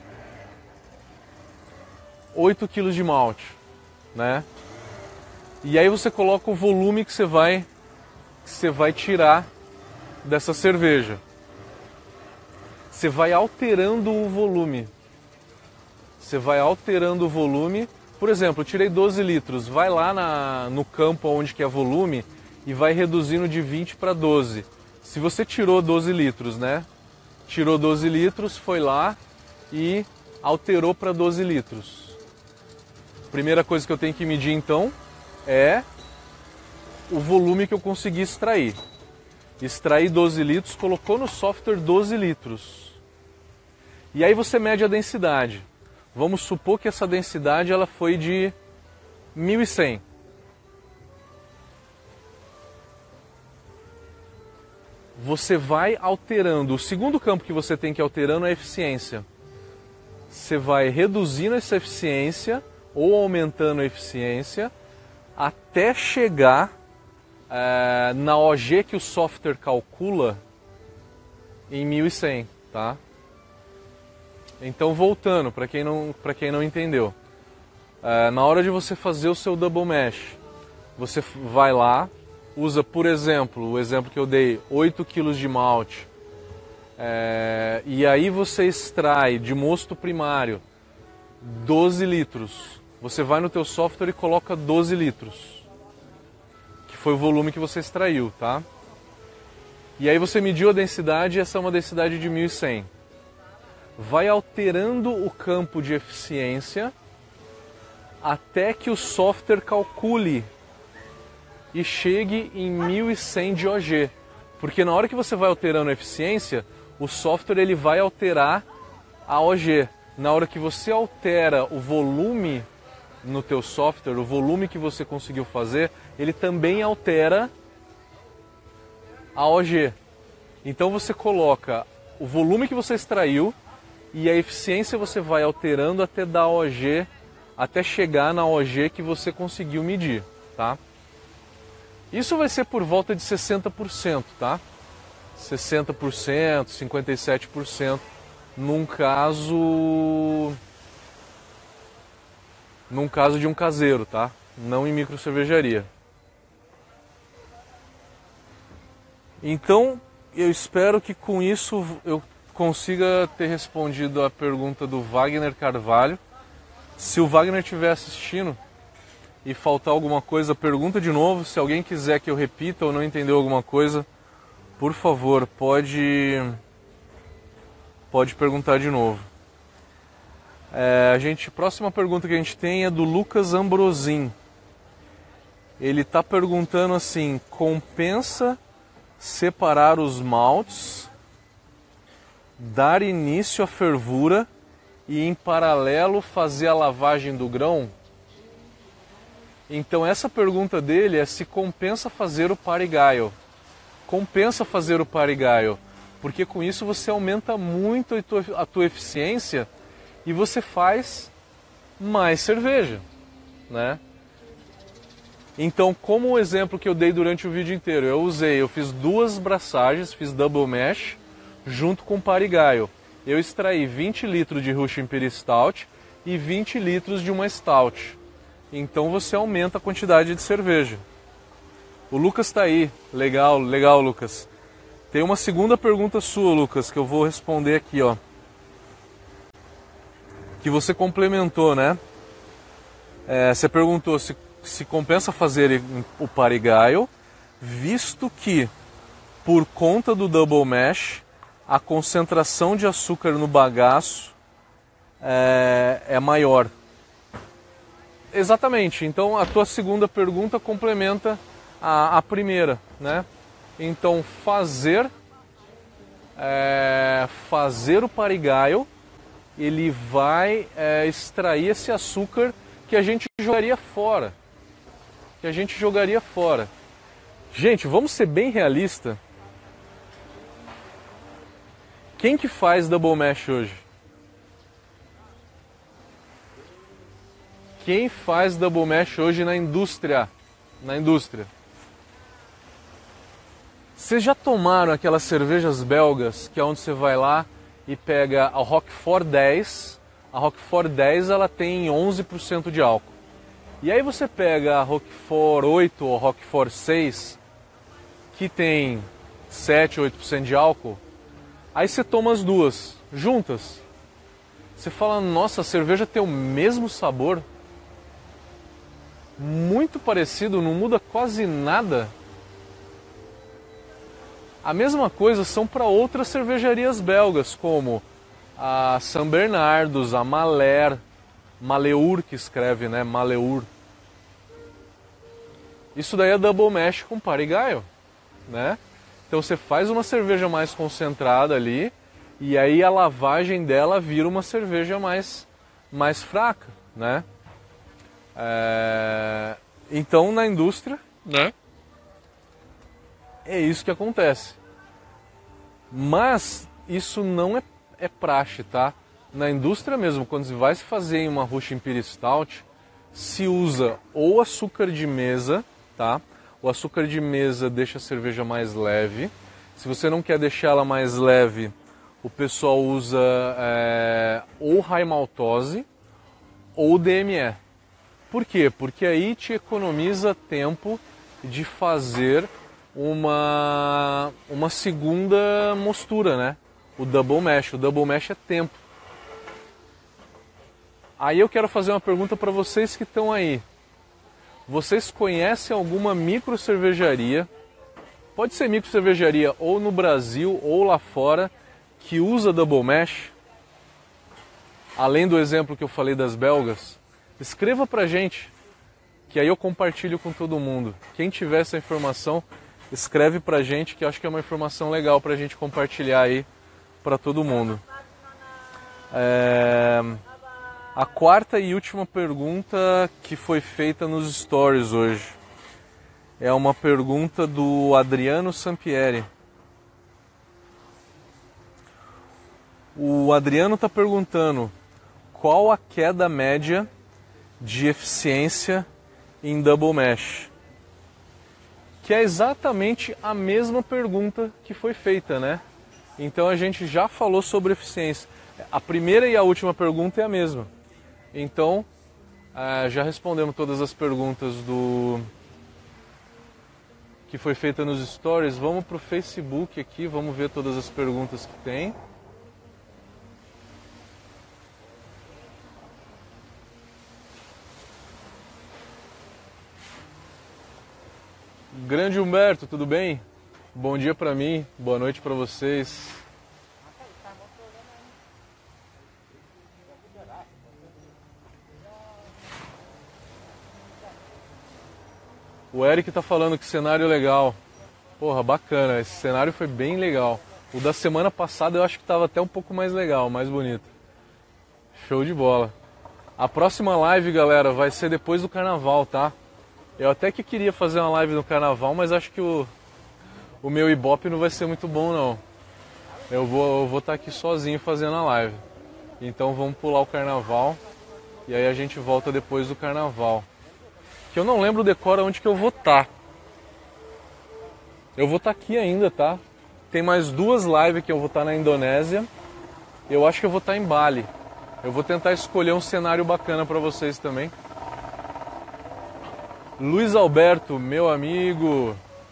8 kg de malte, né? E aí você coloca o volume que você vai tirar dessa cerveja. Você vai alterando o volume. Você vai alterando o volume Por exemplo, eu tirei 12 litros, vai lá no campo onde que é volume e vai reduzindo de 20 para 12. Se você tirou 12 litros, né? Tirou 12 litros, foi lá e alterou para 12 litros. Primeira coisa que eu tenho que medir então é o volume que eu consegui extrair. Extrair 12 litros, colocou no software 12 litros. E aí você mede a densidade. Vamos supor que essa densidade ela foi de 1100. Você vai alterando. O segundo campo que você tem que ir alterando é a eficiência. Você vai reduzindo essa eficiência ou aumentando a eficiência até chegar na OG que o software calcula em 1100, tá? Então, voltando, para quem não entendeu, na hora de você fazer o seu double mash, você vai lá, usa, por exemplo, o exemplo que eu dei, 8 kg de malte, e aí você extrai de mosto primário 12 litros. Você vai no teu software e coloca 12 litros, que foi o volume que você extraiu, tá? E aí você mediu a densidade, e essa é uma densidade de 1100. Vai alterando o campo de eficiência até que o software calcule e chegue em 1100 de OG. Porque na hora que você vai alterando a eficiência, o software ele vai alterar a OG. Na hora que você altera o volume no teu software, o volume que você conseguiu fazer, ele também altera a OG. Então você coloca o volume que você extraiu e a eficiência você vai alterando até dar OG, até chegar na OG que você conseguiu medir, tá? Isso vai ser por volta de 60%, tá? 60%, 57% num caso de um caseiro, tá? Não em micro cervejaria. Então, eu espero que com isso eu consiga ter respondido a pergunta do Wagner Carvalho. Se o Wagner estiver assistindo e faltar alguma coisa, pergunta de novo. Se alguém quiser que eu repita ou não entendeu alguma coisa, por favor, pode perguntar de novo. Próxima pergunta que a gente tem é do Lucas Ambrosin. Ele está perguntando assim: compensa separar os maltes, dar início à fervura e em paralelo fazer a lavagem do grão? Então essa pergunta dele é se compensa fazer o parigaio. Compensa fazer o parigaio, porque com isso você aumenta muito a tua eficiência e você faz mais cerveja, né? Então, como o exemplo que eu dei durante o vídeo inteiro, eu fiz 2 braçagens, fiz double mash junto com parigaio. Eu extraí 20 litros de Russian Imperial Stout e 20 litros de uma Stout. Então você aumenta a quantidade de cerveja. O Lucas está aí. Legal, legal, Lucas. Tem uma segunda pergunta sua, Lucas, que eu vou responder aqui, ó. Que você complementou, né? Você perguntou se compensa fazer o parigaio, visto que, por conta do double mash, a concentração de açúcar no bagaço é maior. Exatamente. Então, a tua segunda pergunta complementa a primeira, né? Então, fazer o parigaio, ele vai extrair esse açúcar que a gente jogaria fora. Gente, vamos ser bem realista. Quem que faz double mash hoje? Quem faz double mash hoje na indústria? Vocês já tomaram aquelas cervejas belgas, que é onde você vai lá e pega a Roquefort 10. A Roquefort 10 ela tem 11% de álcool. E aí você pega a Roquefort 8 ou Roquefort 6, que tem 7, 8% de álcool. Aí você toma as duas juntas. Você fala, nossa, a cerveja tem o mesmo sabor. muito parecido, não muda quase nada. A mesma coisa são para outras cervejarias belgas, como a São Bernardos, a Maleur, que escreve, né? Maleur. Isso daí é double mash com Parigaio, né? Então você faz uma cerveja mais concentrada ali e aí a lavagem dela vira uma cerveja mais fraca, né? Então na indústria, né? É isso que acontece. Mas isso não é praxe, tá? Na indústria mesmo, quando se vai se fazer em uma Russian Imperial Stout, se usa ou açúcar de mesa, tá? O açúcar de mesa deixa a cerveja mais leve. Se você não quer deixar ela mais leve, o pessoal usa ou high maltose ou DME. Por quê? Porque aí te economiza tempo de fazer uma segunda mostura, né? O double mash. O double mash é tempo. Aí eu quero fazer uma pergunta para vocês que estão aí. Vocês conhecem alguma micro cervejaria? Pode ser micro cervejaria ou no Brasil ou lá fora que usa double mash? Além do exemplo que eu falei das belgas, escreva pra gente, que aí eu compartilho com todo mundo. Quem tiver essa informação, escreve pra gente, que eu acho que é uma informação legal pra gente compartilhar aí pra todo mundo. A quarta e última pergunta que foi feita nos stories hoje é uma pergunta do Adriano Sampieri. O Adriano está perguntando qual a queda média de eficiência em double mash, que é exatamente a mesma pergunta que foi feita, né? Então a gente já falou sobre eficiência. A primeira e a última pergunta é a mesma. Então já respondemos todas as perguntas que foi feita nos stories. Vamos para o Facebook aqui, vamos ver todas as perguntas que tem. Grande Humberto, tudo bem? Bom dia para mim, boa noite para vocês. O Eric tá falando que cenário legal. Porra, bacana, esse cenário foi bem legal. O da semana passada eu acho que tava até um pouco mais legal, mais bonito. Show de bola. A próxima live, galera, vai ser depois do carnaval, tá? Eu até que queria fazer uma live no carnaval, mas acho que o meu Ibope não vai ser muito bom, não. Eu vou estar aqui sozinho fazendo a live. Então vamos pular o carnaval e aí a gente volta depois do carnaval. Que eu não lembro o decora onde que eu vou estar. Eu vou estar aqui ainda, tá? Tem mais 2 lives que eu vou estar na Indonésia. Eu acho que eu vou estar em Bali. Eu vou tentar escolher um cenário bacana para vocês também. Luiz Alberto, meu amigo,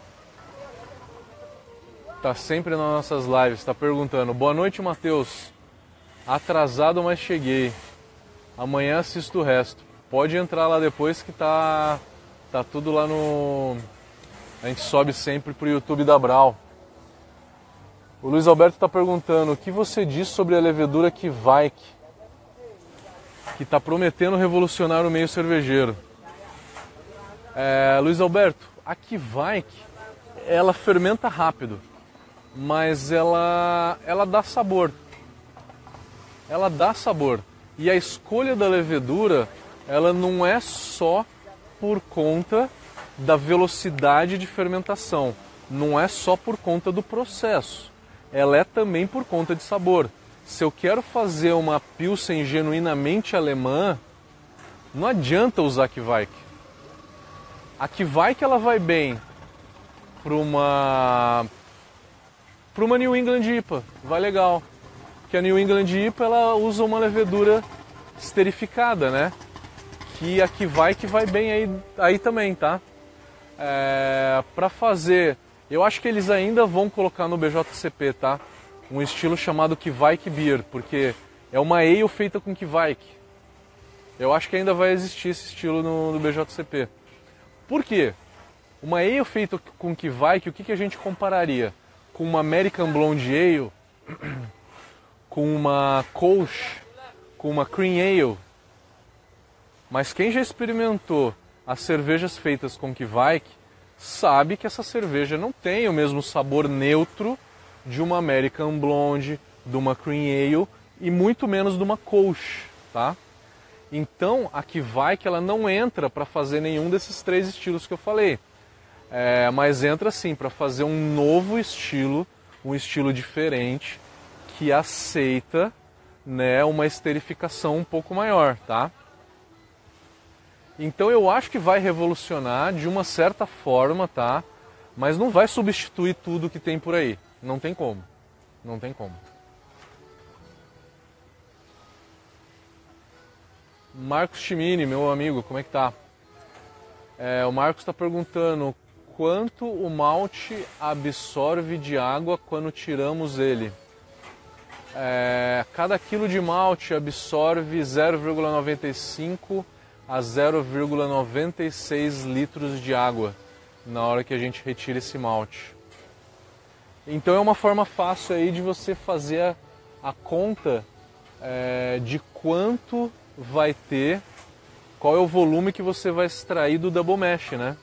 tá sempre nas nossas lives, tá perguntando. Boa noite, Matheus. Atrasado, mas cheguei. Amanhã assisto o resto. Pode entrar lá depois que tá tudo lá no... A gente sobe sempre pro YouTube da Brau. O Luiz Alberto tá perguntando o que você diz sobre a levedura Kveik, que tá prometendo revolucionar o meio cervejeiro. Luiz Alberto, a Kveik, ela fermenta rápido, mas ela dá sabor. Ela dá sabor. E a escolha da levedura, ela não é só por conta da velocidade de fermentação, não é só por conta do processo, ela é também por conta de sabor. Se eu quero fazer uma Pilsen genuinamente alemã, não adianta usar Kveik. A Kveik ela vai bem para uma New England IPA, vai legal. Porque a New England IPA ela usa uma levedura esterificada, né? Que a Kveik vai bem aí também, tá? Para fazer, eu acho que eles ainda vão colocar no BJCP, tá? Um estilo chamado Kveik Beer, porque é uma ale feita com Kveik. Eu acho que ainda vai existir esse estilo no BJCP. Por quê? Uma ale feita com Kveik, o que a gente compararia? Com uma American Blonde Ale, com uma Kolsch, com uma Cream Ale. Mas quem já experimentou as cervejas feitas com Kveik sabe que essa cerveja não tem o mesmo sabor neutro de uma American Blonde, de uma Cream Ale e muito menos de uma Kolsch, tá? Então a Kveik ela não entra para fazer nenhum desses três estilos que eu falei, mas entra sim para fazer um novo estilo, um estilo diferente que aceita, né, uma esterificação um pouco maior, tá? Então eu acho que vai revolucionar de uma certa forma, tá? Mas não vai substituir tudo que tem por aí. Não tem como. Não tem como. Marcos Chimini, meu amigo, como é que tá? O Marcos está perguntando quanto o malte absorve de água quando tiramos ele. Cada quilo de malte absorve 0,95 a 0,96 litros de água na hora que a gente retira esse malte. Então é uma forma fácil aí de você fazer a conta de quanto vai ter, qual é o volume que você vai extrair do double mash, né?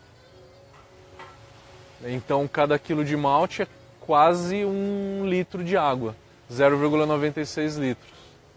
Então cada quilo de malte é quase 1 litro de água, 0,96 litros.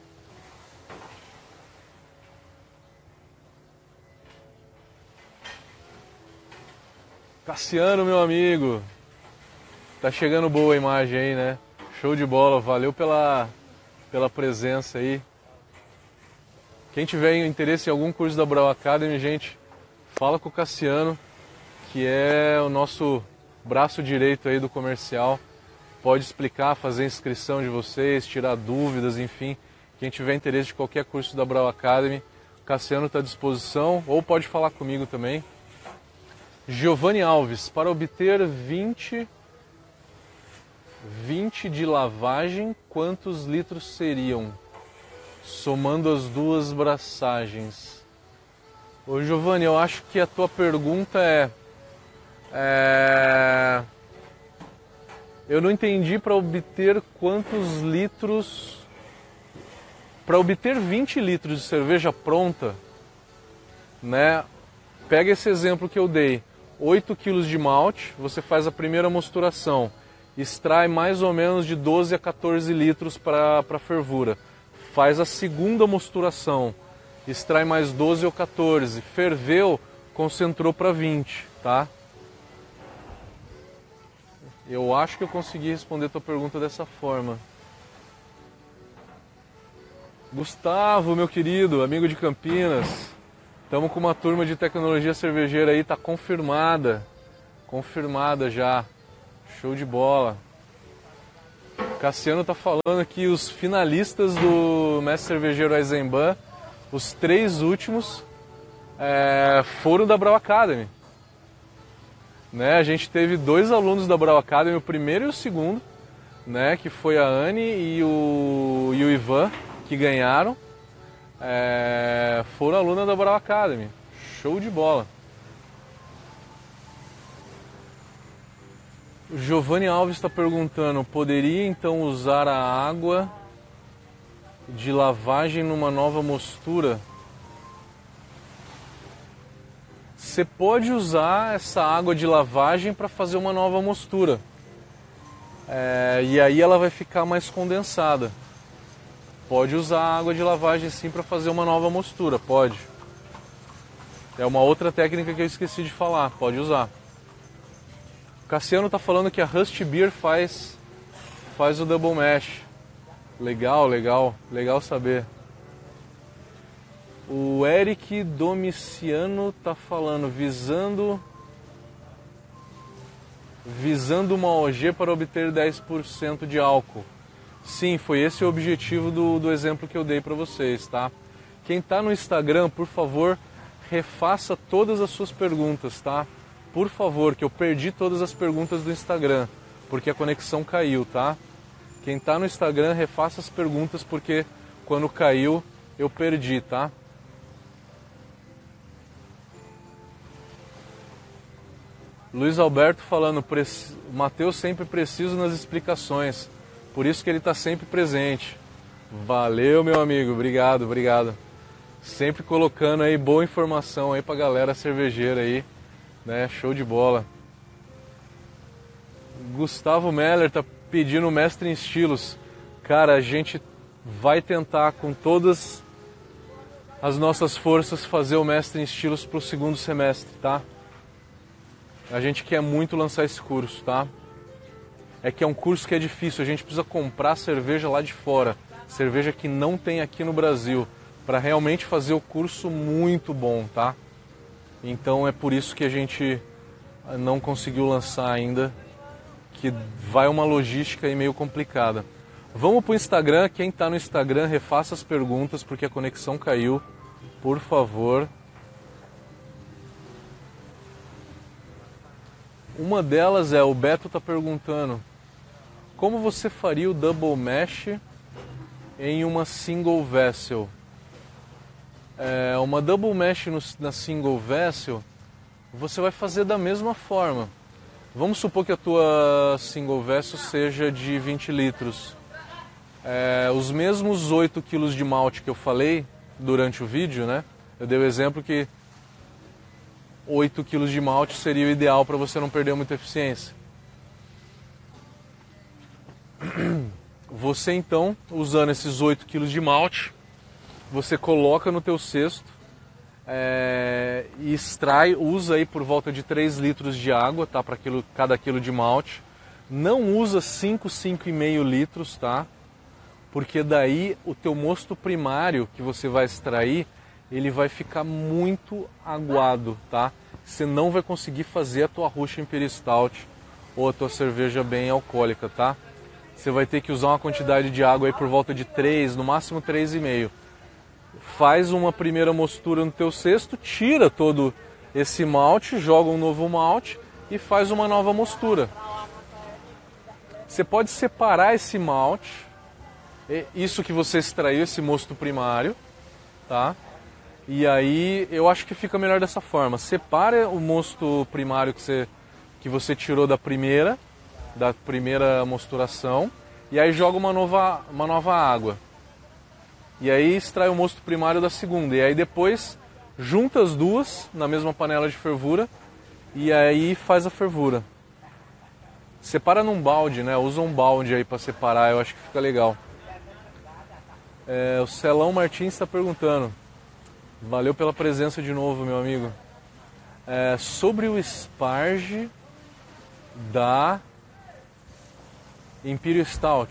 Cassiano, meu amigo, tá chegando boa a imagem aí, né? Show de bola, valeu pela presença aí. Quem tiver interesse em algum curso da Brau Academy, gente, fala com o Cassiano, que é o nosso braço direito aí do comercial. Pode explicar, fazer inscrição de vocês, tirar dúvidas, enfim. Quem tiver interesse de qualquer curso da Brau Academy, o Cassiano está à disposição, ou pode falar comigo também. Giovanni Alves, para obter 20 de lavagem, quantos litros seriam? Somando as duas braçagens. Ô Giovanni, eu acho que a tua pergunta eu não entendi para obter quantos litros... Para obter 20 litros de cerveja pronta, né? Pega esse exemplo que eu dei. 8 quilos de malte, você faz a primeira mosturação, extrai mais ou menos de 12 a 14 litros para fervura. Faz a segunda mosturação, extrai mais 12 ou 14, ferveu, concentrou para 20, tá? Eu acho que eu consegui responder a tua pergunta dessa forma. Gustavo, meu querido, amigo de Campinas, estamos com uma turma de tecnologia cervejeira aí, tá confirmada já, show de bola. Cassiano tá falando que os finalistas do Mestre Cervejeiro Eisenbahn, os 3 últimos, foram da Brau Academy. Né? A gente teve 2 alunos da Brau Academy, o primeiro e o segundo, né? Que foi a Anne e o Ivan, que ganharam. Foram alunos da Brau Academy. Show de bola. O Giovanni Alves está perguntando, poderia então usar a água de lavagem numa nova mostura? Você pode usar essa água de lavagem para fazer uma nova mostura. E aí ela vai ficar mais condensada. Pode usar a água de lavagem sim para fazer uma nova mostura, pode. É uma outra técnica que eu esqueci de falar, pode usar. O Cassiano está falando que a Rust Beer faz o double mash. Legal saber. O Eric Domiciano está falando, visando uma OG para obter 10% de álcool. Sim, foi esse o objetivo do exemplo que eu dei para vocês, tá? Quem está no Instagram, por favor, refaça todas as suas perguntas, tá? Por favor, que eu perdi todas as perguntas do Instagram, porque a conexão caiu, tá? Quem está no Instagram, refaça as perguntas, porque quando caiu, eu perdi, tá? Luiz Alberto falando, Matheus sempre preciso nas explicações, por isso que ele está sempre presente. Valeu, meu amigo, obrigado, obrigado. Sempre colocando aí boa informação aí pra galera cervejeira aí, né? Show de bola. Gustavo Meller tá pedindo mestre em estilos. Cara, a gente vai tentar com todas as nossas forças fazer o mestre em estilos pro segundo semestre, tá? A gente quer muito lançar esse curso, tá? É que é um curso que é difícil, a gente precisa comprar cerveja lá de fora, cerveja que não tem aqui no Brasil, para realmente fazer o curso muito bom, tá? Então é por isso que a gente não conseguiu lançar ainda, que vai uma logística aí meio complicada. Vamos pro Instagram, quem tá no Instagram, refaça as perguntas, porque a conexão caiu, por favor. Uma delas é, o Beto tá perguntando, como você faria o double mash em uma single vessel? Uma double mash na single vessel, você vai fazer da mesma forma. Vamos supor que a tua single vessel seja de 20 litros. Os mesmos 8 kg de malte que eu falei durante o vídeo, né? Eu dei o exemplo que 8 kg de malte seria o ideal para você não perder muita eficiência. Você então, usando esses 8 kg de malte, você coloca no teu cesto e extrai, usa aí por volta de 3 litros de água, tá? Para cada quilo de malte. Não usa 5,5 litros, tá? Porque daí o teu mosto primário que você vai extrair, ele vai ficar muito aguado, tá? Você não vai conseguir fazer a tua Russian Imperial Stout ou a tua cerveja bem alcoólica, tá? Você vai ter que usar uma quantidade de água aí por volta de 3, no máximo 3,5. Faz uma primeira mostura no teu cesto, tira todo esse malte, joga um novo malte e faz uma nova mostura. Você pode separar esse malte, isso que você extraiu, esse mosto primário, tá? E aí eu acho que fica melhor dessa forma. Separa o mosto primário que você tirou da primeira mosturação e aí joga uma nova água. E aí extrai o mosto primário da segunda. E aí depois junta as duas na mesma panela de fervura e aí faz a fervura. Separa num balde, né? Usa um balde aí para separar, eu acho que fica legal. O Celão Martins está perguntando. Valeu pela presença de novo, meu amigo. Sobre o Sparge da Imperial Stout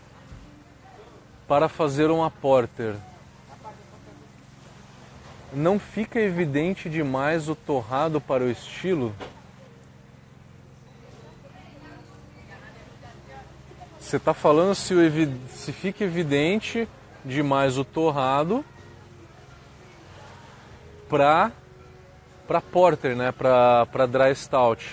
para fazer uma porter, não fica evidente demais o torrado para o estilo? Você está falando se fica evidente demais o torrado para porter, né? Para dry stout.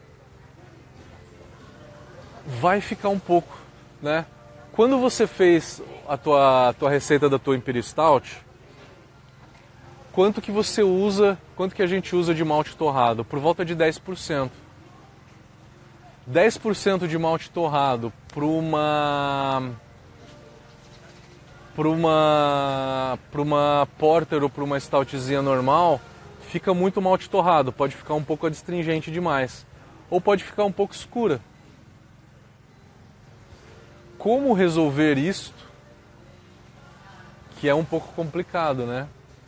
Vai ficar um pouco, né? Quando você fez a tua receita da tua Imperial Stout, quanto que a gente usa de malte torrado? Por volta de 10%. 10% de malte torrado para uma porter ou para uma stoutzinha normal, fica muito malte torrado, pode ficar um pouco adstringente demais, ou pode ficar um pouco escura. Como resolver isto? Que é um pouco complicado, né?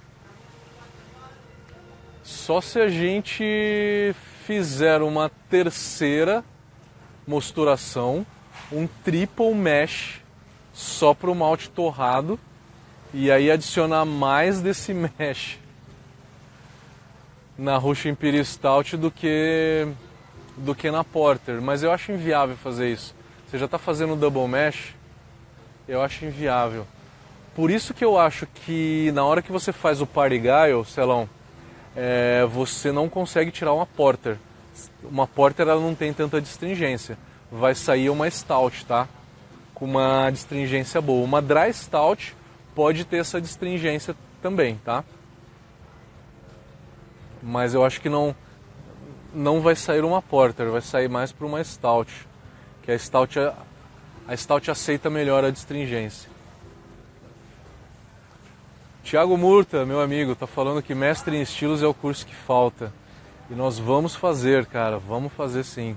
Só se a gente fizer uma terceira mosturação, um triple mash só para o malte torrado e aí adicionar mais desse mash na Russian Imperial Stout do que na Porter, mas eu acho inviável fazer isso. Você já está fazendo double mash, eu acho inviável. Por isso que eu acho que na hora que você faz o Party Guile, Celão, você não consegue tirar uma Porter. Uma Porter ela não tem tanta astringência. Vai sair uma Stout, tá? Com uma astringência boa. Uma Dry Stout pode ter essa astringência também, tá? Mas eu acho que não não vai sair uma Porter, vai sair mais para uma Stout, que a Stout aceita melhor a astringência. Tiago Murta, meu amigo, tá falando que Mestre em Estilos é o curso que falta. E nós vamos fazer, cara, vamos fazer sim.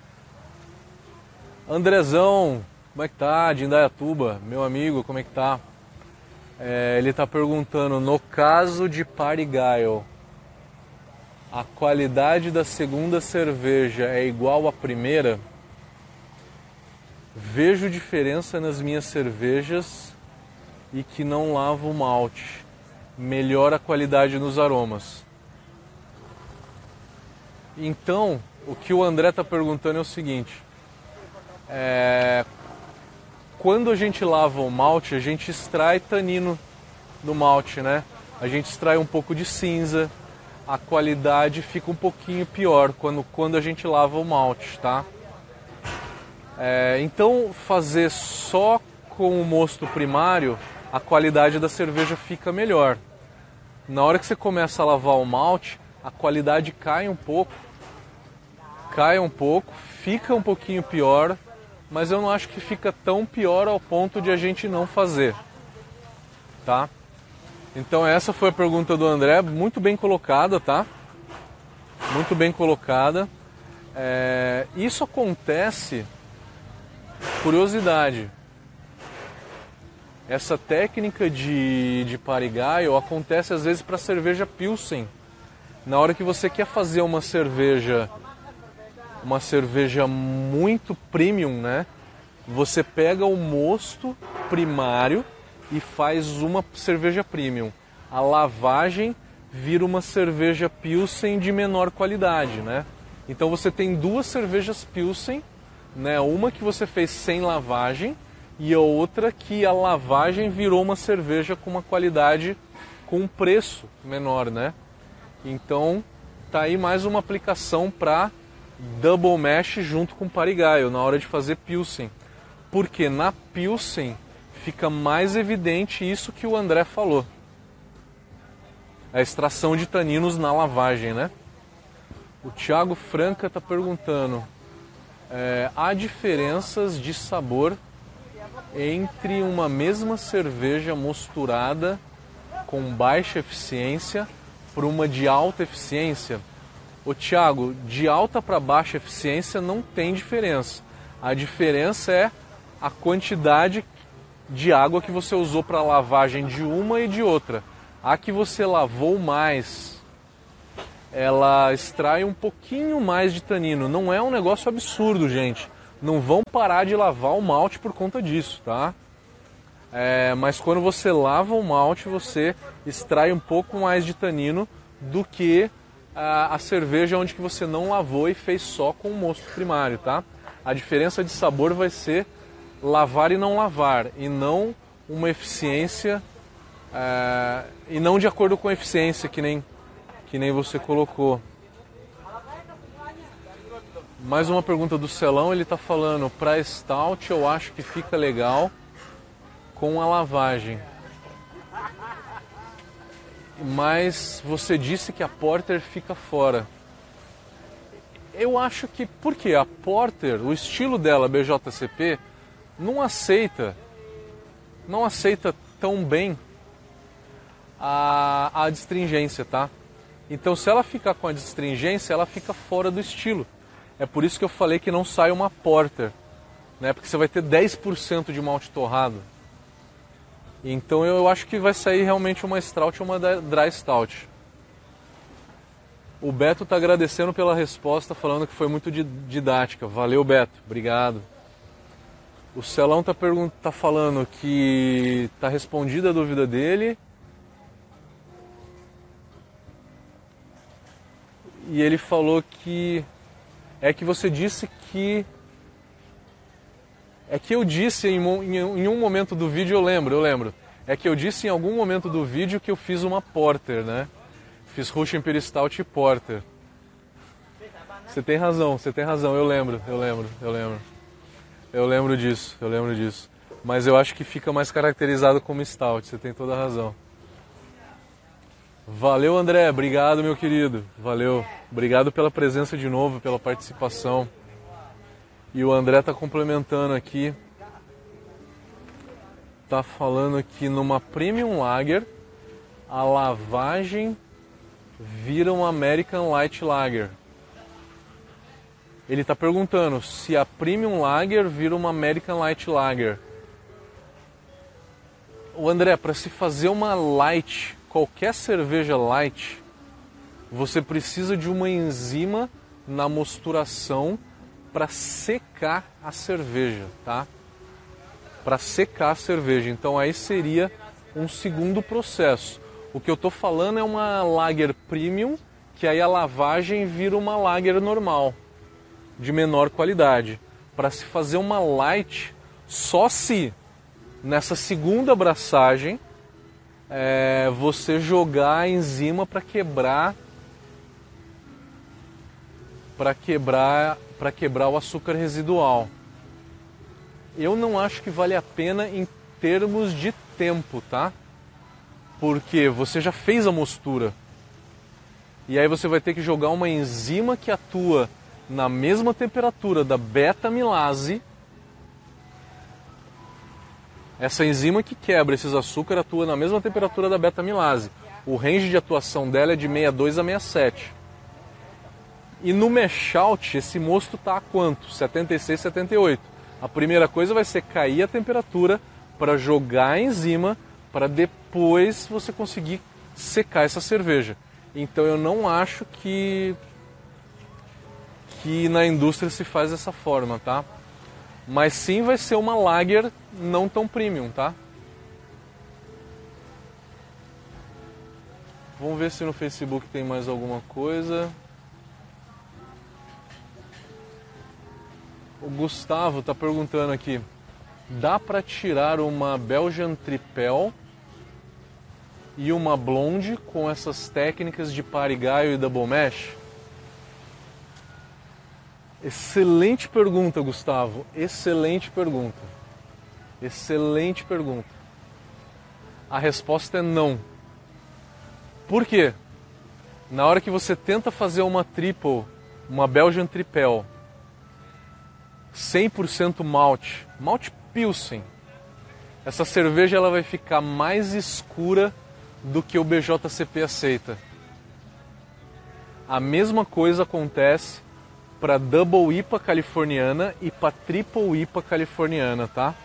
Andrezão, como é que tá? De Indaiatuba, meu amigo, como é que tá? Ele tá perguntando, no caso de Parigaio, a qualidade da segunda cerveja é igual à primeira? Vejo diferença nas minhas cervejas e que não lavo o malte. Melhora a qualidade nos aromas. Então, o que o André está perguntando é o seguinte. Quando a gente lava o malte, a gente extrai tanino do malte, né? A gente extrai um pouco de cinza. A qualidade fica um pouquinho pior quando a gente lava o malte, tá? Então, fazer só com o mosto primário, a qualidade da cerveja fica melhor. Na hora que você começa a lavar o malte, a qualidade cai um pouco, fica um pouquinho pior, mas eu não acho que fica tão pior ao ponto de a gente não fazer, tá? Então essa foi a pergunta do André, muito bem colocada, tá? Muito bem colocada. Isso acontece, curiosidade, essa técnica de Parigaio acontece às vezes para cerveja Pilsen. Na hora que você quer fazer uma cerveja muito premium, né? Você pega o mosto primário e faz uma cerveja premium. A lavagem vira uma cerveja Pilsen de menor qualidade, né? Então você tem duas cervejas Pilsen, né? Uma que você fez sem lavagem e a outra que a lavagem virou uma cerveja com uma qualidade, com um preço menor, né? Então tá aí mais uma aplicação para double mash junto com Parigaio na hora de fazer Pilsen. Porque na Pilsen fica mais evidente isso que o André falou. A extração de taninos na lavagem, né? O Thiago Franca está perguntando, há diferenças de sabor entre uma mesma cerveja mosturada com baixa eficiência para uma de alta eficiência? Ô Thiago, de alta para baixa eficiência não tem diferença. A diferença é a quantidade de água que você usou para a lavagem de uma e de outra. A que você lavou mais, ela extrai um pouquinho mais de tanino. Não é um negócio absurdo, gente. Não vão parar de lavar o malte por conta disso, tá? Mas quando você lava o malte, você extrai um pouco mais de tanino do que a cerveja onde que você não lavou e fez só com o mosto primário, tá? A diferença de sabor vai ser lavar e não lavar, e não uma eficiência, e não de acordo com a eficiência que nem você colocou. Mais uma pergunta do Celão, ele está falando, para Stout eu acho que fica legal com a lavagem. Mas você disse que a Porter fica fora. Eu acho que, por quê? A Porter, o estilo dela, BJCP, não aceita tão bem a astringência, tá? Então se ela ficar com a astringência, ela fica fora do estilo. É por isso que eu falei que não sai uma Porter, né? Porque você vai ter 10% de malte torrado. Então eu acho que vai sair realmente uma Stout ou uma Dry Stout. O Beto está agradecendo pela resposta, falando que foi muito didática. Valeu, Beto. Obrigado. O Celão tá falando que está respondida a dúvida dele. E ele falou que... que você disse que... que eu disse em um momento do vídeo, eu lembro. É que eu disse em algum momento do vídeo que eu fiz uma Porter, né? Fiz Russian Imperial Stout e Porter. Você tem razão, eu lembro. Eu lembro disso. Mas eu acho que fica mais caracterizado como Stout, você tem toda a razão. Valeu, André. Obrigado, meu querido. Valeu. Obrigado pela presença de novo, pela participação. E o André tá complementando aqui. Tá falando que numa Premium Lager, a lavagem vira um American Light Lager. Ele tá perguntando se a Premium Lager vira uma American Light Lager. O André, para se fazer uma light, qualquer cerveja light, você precisa de uma enzima na mosturação para secar a cerveja, tá? Para secar a cerveja. Então aí seria um segundo processo. O que eu tô falando é uma lager premium, que aí a lavagem vira uma lager normal, de menor qualidade. Para se fazer uma light, só se nessa segunda abraçagem você jogar a enzima para quebrar o açúcar residual. Eu não acho que vale a pena em termos de tempo, tá? Porque você já fez a mostura. E aí você vai ter que jogar uma enzima que atua na mesma temperatura da beta-amilase. Essa enzima que quebra esses açúcares atua na mesma temperatura da beta-amilase. O range de atuação dela é de 62 a 67. E no mash out, esse mosto está a quanto? 76, 78. A primeira coisa vai ser cair a temperatura para jogar a enzima, para depois você conseguir secar essa cerveja. Então eu não acho que na indústria se faz dessa forma, tá? Mas sim vai ser uma lager não tão premium, tá? Vamos ver se no Facebook tem mais alguma coisa. O Gustavo está perguntando aqui, dá para tirar uma Belgian Tripel e uma Blonde com essas técnicas de Parigaio e Double Mash? Excelente pergunta, Gustavo. Excelente pergunta. Excelente pergunta. A resposta é não. Por quê? Na hora que você tenta fazer uma triple, uma Belgian Tripel, 100% malte Pilsen, essa cerveja ela vai ficar mais escura do que o BJCP aceita. A mesma coisa acontece para Double IPA californiana e para Triple IPA californiana, tá?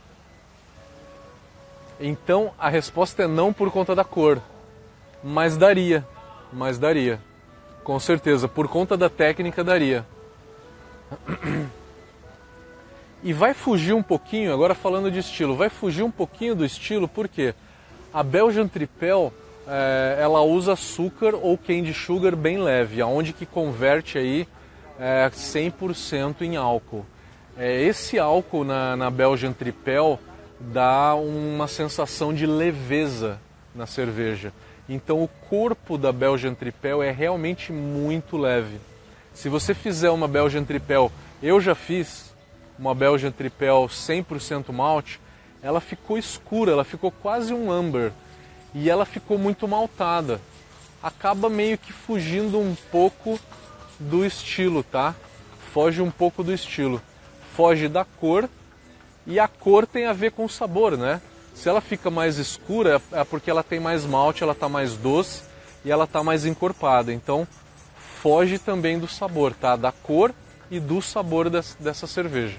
Então a resposta é não por conta da cor, mas daria, com certeza, por conta da técnica daria. E vai fugir um pouquinho, agora falando de estilo, vai fugir um pouquinho do estilo, porque a Belgian Tripel, ela usa açúcar ou candy sugar bem leve, aonde que converte aí 100% em álcool. Esse álcool na Belgian Tripel dá uma sensação de leveza na cerveja. Então o corpo da Belgian Tripel é realmente muito leve. Se você fizer uma Belgian Tripel, eu já fiz uma Belgian Tripel 100% malte, ela ficou escura, ela ficou quase um amber e ela ficou muito maltada. Acaba meio que fugindo um pouco do estilo, tá? Foge um pouco do estilo. Foge da cor e a cor tem a ver com o sabor, né? Se ela fica mais escura é porque ela tem mais malte, ela está mais doce e ela está mais encorpada. Então foge também do sabor, tá? Da cor e do sabor dessa cerveja.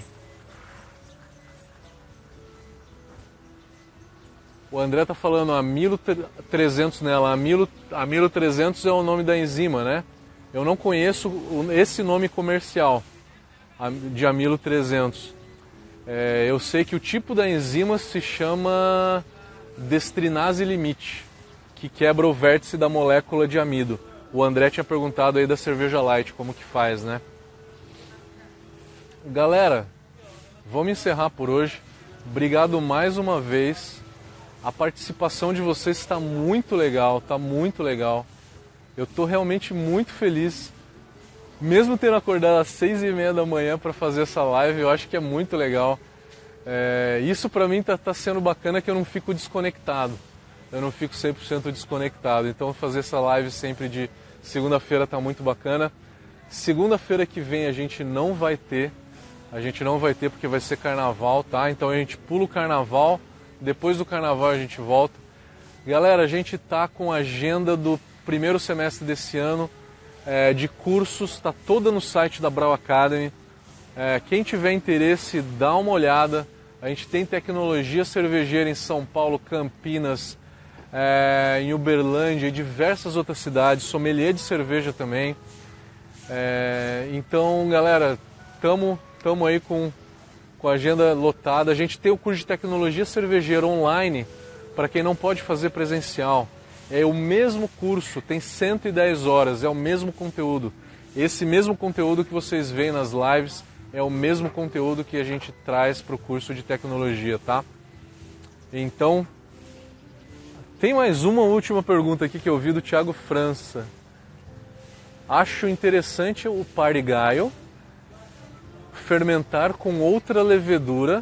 O André tá falando a Milo 300 nela. A Milo 300 é o nome da enzima, né? Eu não conheço esse nome comercial de Amilo 300. Eu sei que o tipo da enzima se chama destrinase limite, que quebra o vértice da molécula de amido. O André tinha perguntado aí da cerveja light, como que faz, né? Galera, vamos encerrar por hoje. Obrigado mais uma vez. A participação de vocês está muito legal, tá muito legal. Eu estou realmente muito feliz. Mesmo tendo acordado às 6h30 da manhã para fazer essa live, eu acho que é muito legal. Isso para mim tá sendo bacana, que eu não fico desconectado. eu não fico 100% desconectado. Então fazer essa live sempre de segunda-feira tá muito bacana. Segunda-feira que vem a gente não vai ter porque vai ser carnaval, tá? Então a gente pula o carnaval, depois do carnaval a gente volta. Galera, a gente tá com a agenda do primeiro semestre desse ano, de cursos, tá toda no site da Brau Academy. Quem tiver interesse, dá uma olhada. A gente tem tecnologia cervejeira em São Paulo, Campinas, em Uberlândia e diversas outras cidades, sommelier de cerveja também. Então, galera, estamos aí com a agenda lotada. A gente tem o curso de tecnologia cervejeira online para quem não pode fazer presencial. É o mesmo curso, tem 110 horas, é o mesmo conteúdo. Esse mesmo conteúdo que vocês veem nas lives é o mesmo conteúdo que a gente traz para o curso de tecnologia, tá? Então, tem mais uma última pergunta aqui que eu vi do Thiago França. Acho interessante o Party-Gyle fermentar com outra levedura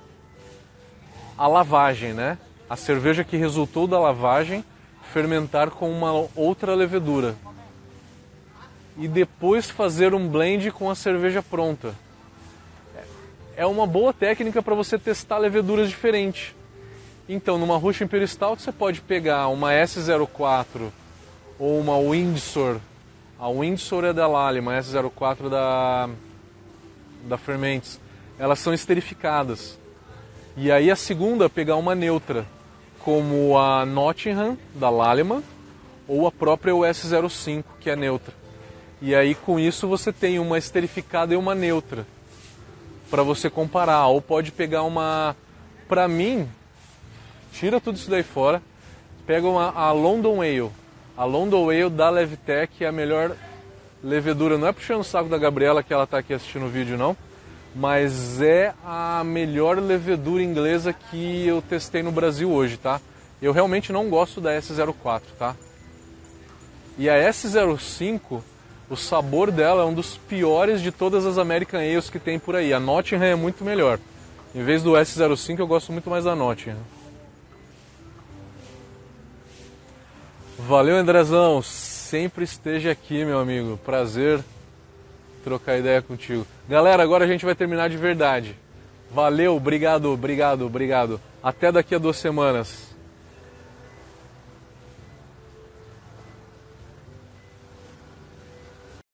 a lavagem, né? A cerveja que resultou da lavagem fermentar com uma outra levedura e depois fazer um blend com a cerveja pronta. É uma boa técnica para você testar leveduras diferentes. Então, numa Russian Imperial Stout você pode pegar uma S04 ou uma Windsor. A Windsor é da Lallemand, a S04 da Ferments. Elas são esterificadas. E aí a segunda pegar uma neutra, como a Nottingham da Lallemand ou a própria US05, que é neutra. E aí com isso você tem uma esterificada e uma neutra para você comparar. Ou pode pegar uma, para mim, tira tudo isso daí fora, pega a London Ale. A London Ale da Levtech é a melhor levedura, não é puxando o saco da Gabriela que ela está aqui assistindo o vídeo não, mas é a melhor levedura inglesa que eu testei no Brasil hoje, tá? Eu realmente não gosto da S04, tá? E a S05, o sabor dela é um dos piores de todas as American Ales que tem por aí. A Nottingham é muito melhor. Em vez do S05 eu gosto muito mais da Nottingham. Valeu, Andrezão. Sempre esteja aqui, meu amigo. Prazer trocar ideia contigo. Galera, agora a gente vai terminar de verdade. Valeu, obrigado. Até daqui a 2 semanas.